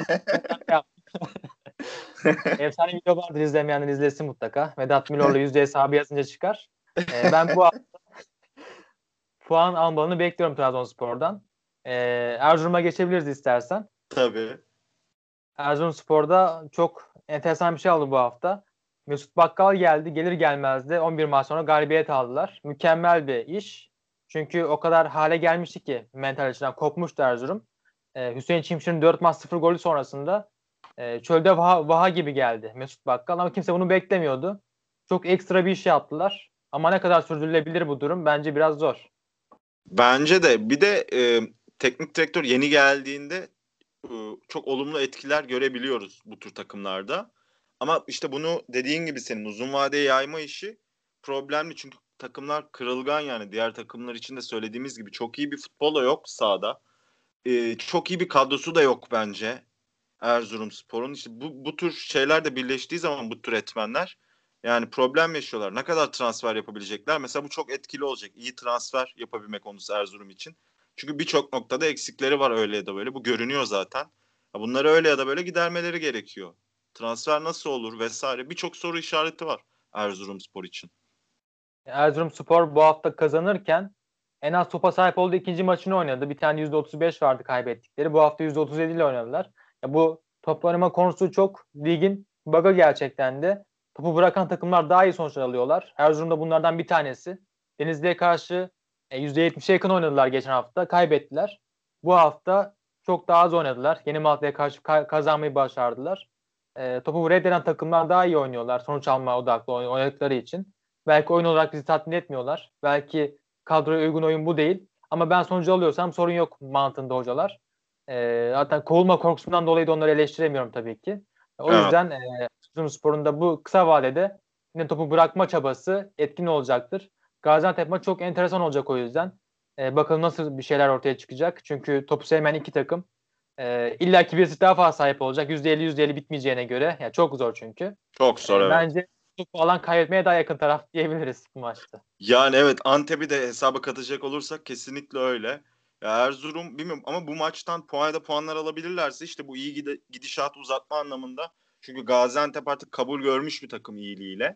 efsane video vardır, izlemeyenler izlesin mutlaka. Vedat Milor'la yüzde hesabı yazınca çıkar. Ee, ben bu hafta puan almalarını bekliyorum Trabzonspor'dan. Ee, Erzurum'a geçebiliriz istersen. Tabii. Erzurumspor'da çok enteresan bir şey oldu bu hafta. Mesut Bakkal geldi. Gelir gelmez de on bir maç sonra galibiyet aldılar. Mükemmel bir iş. Çünkü o kadar hale gelmişti ki mental açıdan kopmuştu Erzurum. Ee, Hüseyin Çimşir'in dört maç sıfır golü sonrasında e, çölde vaha, vaha gibi geldi Mesut Bakkal, ama kimse bunu beklemiyordu. Çok ekstra bir iş yaptılar. Ama ne kadar sürdürülebilir bu durum? Bence biraz zor. Bence de bir de e, teknik direktör yeni geldiğinde e, çok olumlu etkiler görebiliyoruz bu tür takımlarda. Ama işte bunu dediğin gibi senin uzun vadeye yayma işi problemli. Çünkü takımlar kırılgan yani. Diğer takımlar için de söylediğimiz gibi çok iyi bir futbol da yok sahada. E, çok iyi bir kadrosu da yok bence. Erzurumspor'un işte bu, bu tür şeyler de birleştiği zaman bu tür etmenler yani problem yaşıyorlar. Ne kadar transfer yapabilecekler? Mesela bu çok etkili olacak. İyi transfer yapabilmek konusu Erzurum için. Çünkü birçok noktada eksikleri var öyle ya da böyle. Bu görünüyor zaten. Bunları öyle ya da böyle gidermeleri gerekiyor. Transfer nasıl olur vesaire birçok soru işareti var Erzurumspor için. Erzurumspor bu hafta kazanırken en az topa sahip olduğu ikinci maçını oynadı. Bir tane yüzde otuz beş vardı kaybettikleri. Bu hafta yüzde otuz yedi ile oynadılar. Ya bu top oynama konusu çok ligin bug'ı gerçekten de. Topu bırakan takımlar daha iyi sonuçlar alıyorlar. Erzurum da bunlardan bir tanesi. Denizli'ye karşı e, yüzde yetmişe yakın oynadılar geçen hafta. Kaybettiler. Bu hafta çok daha az oynadılar. Yeni Malatya'ya karşı ka- kazanmayı başardılar. E, topu reddeden takımlar daha iyi oynuyorlar. Sonuç alma odaklı oyn- oynadıkları için. Belki oyun olarak bizi tatmin etmiyorlar. Belki kadroya uygun oyun bu değil. Ama ben sonucu alıyorsam sorun yok mantığında hocalar. E, zaten kovulma korkusundan dolayı da onları eleştiremiyorum tabii ki. O Evet. yüzden e, Trabzonspor'un da bu kısa vadede yine topu bırakma çabası etkin olacaktır. Gaziantep maçı çok enteresan olacak o yüzden. E, bakalım nasıl bir şeyler ortaya çıkacak. Çünkü topu sevmeyen iki takım. E, İlla ki birisi daha fazla sahip olacak. yüzde elli yüzde elli bitmeyeceğine göre. Yani çok zor çünkü. Çok zor E, evet. bence topu alan kaybetmeye daha yakın taraf diyebiliriz bu maçta. Yani evet Antep'i de hesaba katacak olursak kesinlikle öyle. Ya Erzurum bilmiyorum ama bu maçtan puan da puanlar alabilirlerse işte bu iyi gide, gidişat uzatma anlamında. Çünkü Gaziantep artık kabul görmüş bir takım iyiliğiyle.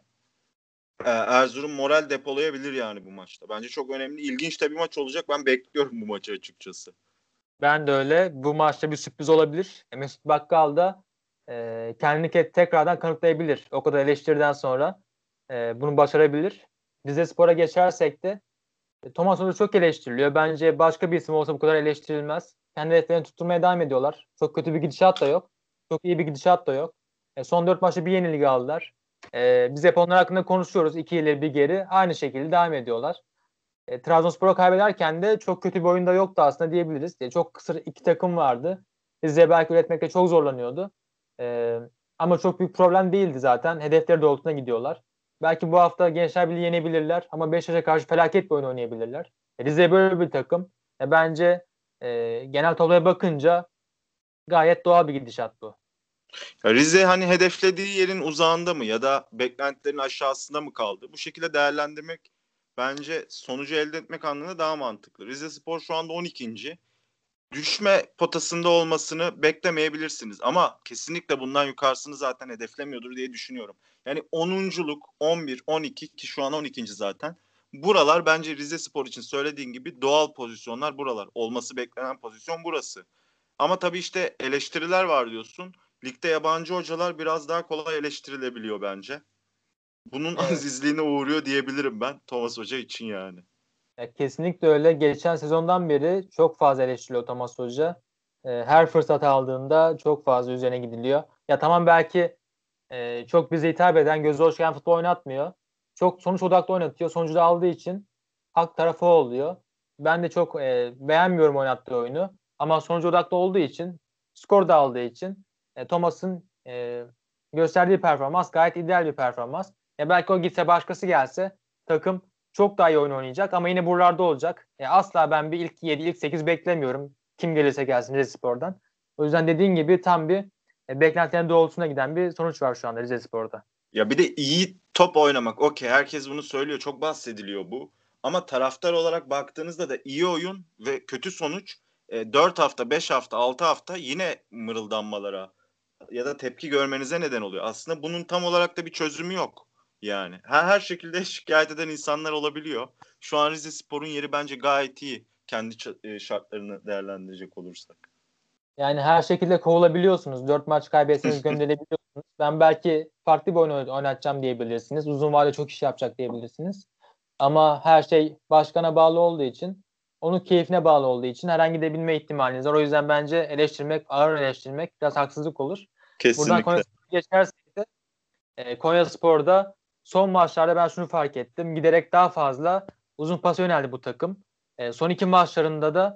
Ee, Erzurum moral depolayabilir yani bu maçta. Bence çok önemli. İlginç de bir maç olacak. Ben bekliyorum bu maçı açıkçası. Ben de öyle. Bu maçta bir sürpriz olabilir. E, Mesut Bakkal da e, kendini ke- tekrardan kanıtlayabilir. O kadar eleştiriden sonra e, bunu başarabilir. Rizespor'a geçersek de e, Thomas Hoca çok eleştiriliyor. Bence başka bir isim olsa bu kadar eleştirilmez. Kendi hedeflerini tutturmaya devam ediyorlar. Çok kötü bir gidişat da yok. Çok iyi bir gidişat da yok. E, son dört maçta bir yenilgi aldılar. E, biz hep onlar hakkında konuşuyoruz. İki ileri bir geri. Aynı şekilde devam ediyorlar. E, Trabzonspor'a kaybederken de çok kötü bir oyunda yoktu aslında diyebiliriz. E, çok kısır iki takım vardı. Rize belki üretmekte çok zorlanıyordu. E, ama çok büyük problem değildi zaten. Hedefleri doğrultusunda gidiyorlar. Belki bu hafta Gençler Birliği yenebilirler ama Beşiktaş'a karşı felaket bir oyun oynayabilirler. E, Rize böyle bir takım. E, bence e, genel tabloya bakınca gayet doğal bir gidişat bu. Ya Rize hani hedeflediği yerin uzağında mı ya da beklentilerin aşağısında mı kaldı? Bu şekilde değerlendirmek bence sonucu elde etmek anlamında daha mantıklı. Rizespor şu anda on ikinci Düşme potasında olmasını beklemeyebilirsiniz ama kesinlikle bundan yukarısını zaten hedeflemiyordur diye düşünüyorum. Yani onunculuk, on bir, on iki ki şu an on ikinci zaten. Buralar bence Rizespor için söylediğin gibi doğal pozisyonlar buralar. Olması beklenen pozisyon burası. Ama tabii işte eleştiriler var diyorsun. Ligde yabancı hocalar biraz daha kolay eleştirilebiliyor bence. Bunun Evet. azizliğine uğruyor diyebilirim ben Thomas Hoca için yani. Ya kesinlikle öyle. Geçen sezondan beri çok fazla eleştiriliyor Thomas Hoca. E, her fırsat aldığında çok fazla üzerine gidiliyor. Ya tamam belki e, çok bize hitap eden, gözü hoş gelen futbol oynatmıyor. Çok sonuç odaklı oynatıyor. Sonucu da aldığı için hak tarafı o oluyor. Ben de çok e, beğenmiyorum oynattığı oyunu. Ama sonuç odaklı olduğu için, skor da aldığı için e, Thomas'ın e, gösterdiği performans gayet ideal bir performans. Ya belki o gitse başkası gelse takım çok daha iyi oyun oynayacak ama yine buralarda olacak. E, asla ben bir ilk yedi, ilk sekiz beklemiyorum. Kim gelirse gelsin Rizespor'dan. O yüzden dediğin gibi tam bir e, beklentilerin doğrultusuna giden bir sonuç var şu anda Rizespor'da. Ya bir de iyi top oynamak. Okey herkes bunu söylüyor. Çok bahsediliyor bu. Ama taraftar olarak baktığınızda da iyi oyun ve kötü sonuç e, dört hafta, beş hafta, altı hafta yine mırıldanmalara ya da tepki görmenize neden oluyor. Aslında bunun tam olarak da bir çözümü yok. Yani her, her şekilde şikayet eden insanlar olabiliyor. Şu an Rizespor'un yeri bence gayet iyi. Kendi ç- e, şartlarını değerlendirecek olursak. Yani her şekilde kovulabiliyorsunuz. Dört maç kaybetseniz gönderebiliyorsunuz. Ben belki farklı bir oyun oyn- oynatacağım diyebilirsiniz. Uzun vadede çok iş yapacak diyebilirsiniz. Ama her şey başkana bağlı olduğu için, onun keyfine bağlı olduğu için her an gidebilme ihtimaliniz var. O yüzden bence eleştirmek, ağır eleştirmek biraz haksızlık olur. Buradan Kesinlikle. Konyaspor'a geçersek de e, Konyaspor'da son maçlarda ben şunu fark ettim. Giderek daha fazla uzun pasa yöneldi bu takım. E, son iki maçlarında da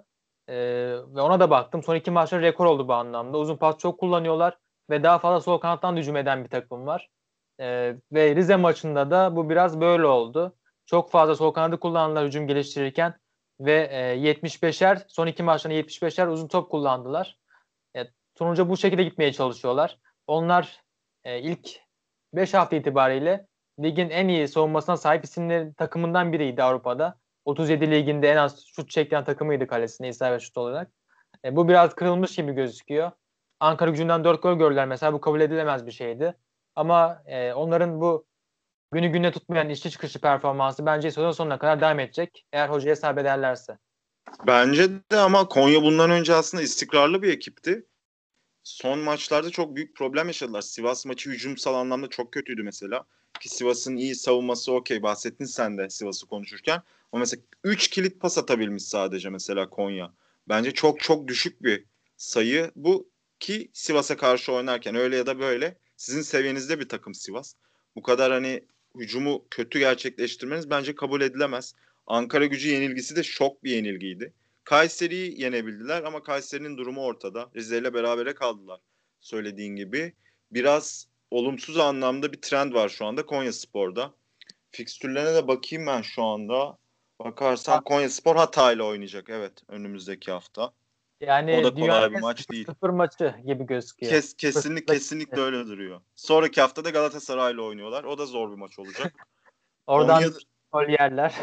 Ee, ve ona da baktım. Son iki maçta rekor oldu bu anlamda. Uzun pas çok kullanıyorlar ve daha fazla sol kanattan hücum eden bir takım var. Ee, ve Rize maçında da bu biraz böyle oldu. Çok fazla sol kanadı kullandılar hücum geliştirirken ve e, yetmiş beşer son iki maçta yetmiş beşer uzun top kullandılar. E, sonuca bu şekilde gitmeye çalışıyorlar. Onlar e, ilk beş hafta itibariyle ligin en iyi savunmasına sahip isimleri takımından biriydi Avrupa'da. otuz yedi liginde en az şut çeken takımıydı kalesine isabet şut olarak. E, bu biraz kırılmış gibi gözüküyor. Ankara Gücü'nden dört gol gördüler mesela, bu kabul edilemez bir şeydi. Ama e, onların bu günü gününe tutmayan işçi çıkışı performansı bence sezon sonuna kadar devam edecek. Eğer hocaya sabederlerse. Bence de, ama Konya bundan önce aslında istikrarlı bir ekipti. Son maçlarda çok büyük problem yaşadılar. Sivas maçı hücumsal anlamda çok kötüydü mesela. Ki Sivas'ın iyi savunması okey, bahsettin sen de Sivas'ı konuşurken. Ama mesela üç kilit pas atabilmiş sadece mesela Konya. Bence çok çok düşük bir sayı bu, ki Sivas'a karşı oynarken öyle ya da böyle sizin seviyenizde bir takım Sivas. Bu kadar hani hücumu kötü gerçekleştirmeniz bence kabul edilemez. Ankara Gücü yenilgisi de şok bir yenilgiydi. Kayseri'yi yenebildiler ama Kayseri'nin durumu ortada. Rize ile berabere kaldılar söylediğin gibi. Biraz olumsuz anlamda bir trend var şu anda Konyaspor'da. Fikstürlerine de bakayım ben şu anda. Bakarsam Konyaspor Hatay ile oynayacak, evet, önümüzdeki hafta. O da Yani dünyanın kolay bir en maç değil. sıfır maçı gibi gözüküyor. Kes, kesinlik, kesinlikle öyle duruyor. Sonraki hafta da Galatasaray'la oynuyorlar. O da zor bir maç olacak. Oradan Konya'da... gol yerler.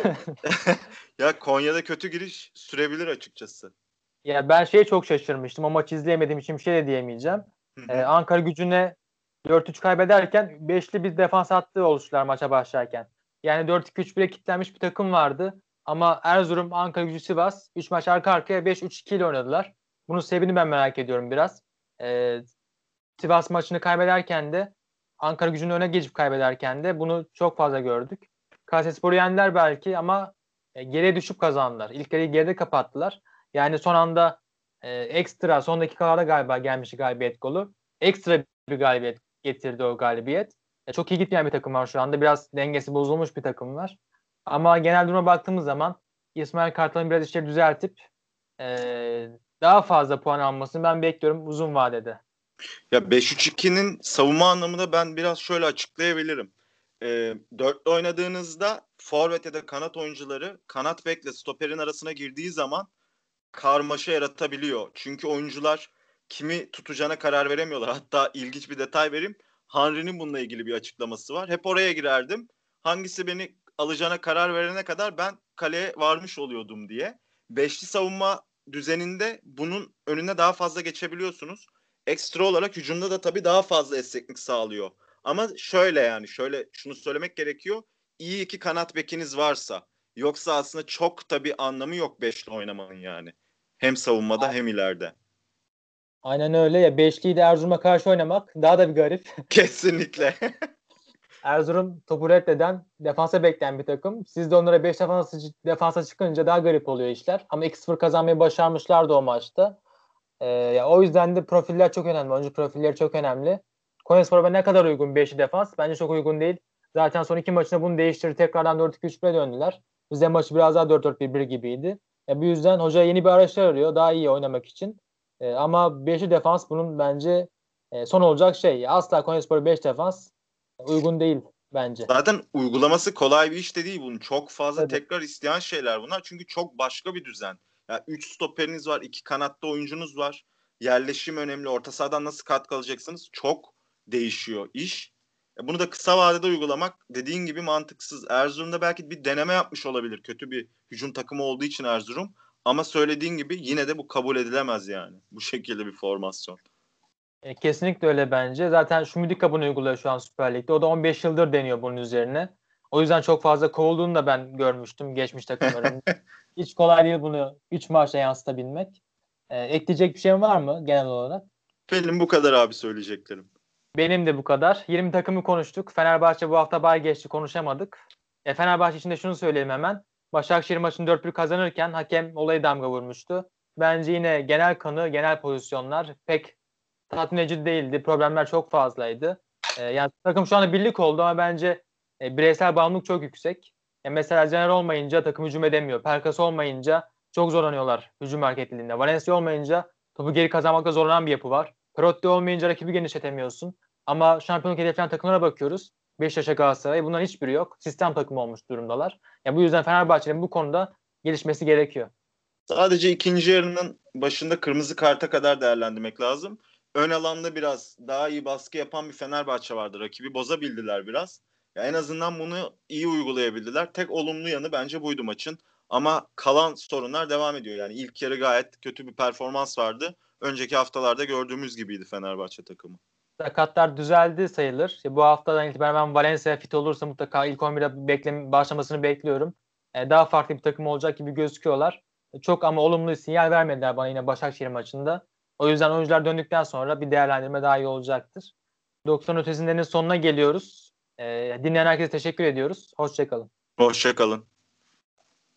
ya Konya'da kötü giriş sürebilir açıkçası. Ya ben şeye çok şaşırmıştım. O maçı izleyemediğim için bir şey de diyemeyeceğim. Hı Ee, hı. Ankara Gücü'ne dört üç kaybederken beşli bir defans hattı oluştular maça başlarken. Yani dört iki üç bire kilitlenmiş bir takım vardı. Ama Erzurum, Ankara Gücü, Sivas üç maç arka arkaya beş üç iki ile oynadılar. Bunun sebebini ben merak ediyorum biraz. Ee, Sivas maçını kaybederken de Ankara Gücü'nün öne geçip kaybederken de bunu çok fazla gördük. Kayserispor'u yendiler belki ama e, geriye düşüp kazandılar. İlk yarıyı geride kapattılar. Yani son anda e, ekstra son dakikalarda galiba gelmişti galibiyet golü. Ekstra bir galibiyet getirdi o galibiyet. E, çok iyi gitmeyen bir takım var şu anda. Biraz dengesi bozulmuş bir takım var. Ama genel duruma baktığımız zaman İsmail Kartal'ın biraz işleri düzeltip e, daha fazla puan almasını ben bekliyorum uzun vadede. Ya beş üç ikinin savunma anlamında ben biraz şöyle açıklayabilirim. E, dörtlü oynadığınızda forvet ya da kanat oyuncuları kanat bekle stoperin arasına girdiği zaman karmaşa yaratabiliyor. Çünkü oyuncular kimi tutacağına karar veremiyorlar. Hatta ilginç bir detay vereyim. Henry'nin bununla ilgili bir açıklaması var. Hep oraya girerdim. Hangisi beni alacağına karar verene kadar ben kaleye varmış oluyordum diye. Beşli savunma düzeninde bunun önüne daha fazla geçebiliyorsunuz. Ekstra olarak hücumda da tabii daha fazla esneklik sağlıyor. Ama şöyle, yani şöyle şunu söylemek gerekiyor. İyi iki kanat bekiniz varsa, yoksa aslında çok da bir anlamı yok beşli oynamanın yani. Hem savunmada hem ileride. Aynen öyle ya. Beşliyi de Erzurum'a karşı oynamak daha da bir garip. Kesinlikle. Erzurum topu reddeden, defansa bekleyen bir takım. Siz de onlara beş defansa, defansa çıkınca daha garip oluyor işler. Ama iki sıfır kazanmayı başarmışlardı o maçta. Ee, ya o yüzden de profiller çok önemli. Oyuncu profilleri çok önemli. Konyaspor'a ne kadar uygun beşli defans? Bence çok uygun değil. Zaten son iki maçında bunu değiştirdi. Tekrardan dört iki üç bire döndüler. Rize maçı biraz daha dört dört bir bir gibiydi. Ya bu yüzden hoca yeni bir araçlar arıyor. Daha iyi oynamak için. Ee, ama beşli defans bunun bence e, son olacak şey. Asla Konyaspor beş defans uygun değil bence. Zaten uygulaması kolay bir iş de değil bunun. Çok fazla Tabii. tekrar isteyen şeyler bunlar. Çünkü çok başka bir düzen. Ya üç stoperiniz var, iki kanatta oyuncunuz var. Yerleşim önemli. Orta sahadan nasıl katkı alacaksınız? Çok değişiyor iş. E, Bunu da kısa vadede uygulamak dediğin gibi mantıksız. Erzurum'da belki bir deneme yapmış olabilir. Kötü bir hücum takımı olduğu için Erzurum. Ama söylediğin gibi yine de bu kabul edilemez yani. Bu şekilde bir formasyon. E, kesinlikle öyle bence. Zaten Şumidika bunu uyguluyor şu an Süper Lig'de. O da on beş yıldır deniyor bunun üzerine. O yüzden çok fazla kovulduğunu da ben görmüştüm geçmiş takımların. Hiç kolay değil bunu üç maçta yansıtabilmek. E, ekleyecek bir şeyim var mı genel olarak? Benim bu kadar abi söyleyeceklerim. Benim de bu kadar. yirmi takımı konuştuk. Fenerbahçe bu hafta bay geçti, konuşamadık. E, Fenerbahçe için de şunu söyleyeyim hemen. Başakşehir maçını dört bir kazanırken hakem olayı damga vurmuştu. Bence yine genel kanı, genel pozisyonlar pek tatmin edici değildi. Problemler çok fazlaydı. E, yani takım şu anda birlik oldu ama bence e, bireysel bağımlılık çok yüksek. E, mesela Caner olmayınca takım hücum edemiyor. Pelkas olmayınca çok zorlanıyorlar hücum hareketliliğinde. Valencia olmayınca topu geri kazanmakta zorlanan bir yapı var. Perotti olmayınca rakibi genişletemiyorsun. Ama şampiyonluk hedefleyen takımlara bakıyoruz. Beşiktaş'a, Galatasaray. Bunların hiçbiri yok. Sistem takımı olmuş durumdalar. Ya bu yüzden Fenerbahçe'nin bu konuda gelişmesi gerekiyor. Sadece ikinci yarının başında kırmızı karta kadar değerlendirmek lazım. Ön alanda biraz daha iyi baskı yapan bir Fenerbahçe vardı. Rakibi bozabildiler biraz. Ya en azından bunu iyi uygulayabildiler. Tek olumlu yanı bence buydu maçın. Ama kalan sorunlar devam ediyor. Yani ilk yarı gayet kötü bir performans vardı. Önceki haftalarda gördüğümüz gibiydi Fenerbahçe takımı. Sakatlar düzeldi sayılır. İşte bu haftadan itibaren ben Valencia fit olursa mutlaka ilk on bire beklem başlamasını bekliyorum. Ee, daha farklı bir takım olacak gibi gözüküyorlar. Çok ama olumlu sinyal vermediler bana yine Başakşehir maçında. O yüzden oyuncular döndükten sonra bir değerlendirme daha iyi olacaktır. doksan ötesindenin sonuna geliyoruz. Ee, dinleyen herkese teşekkür ediyoruz. Hoşçakalın. Hoşça kalın.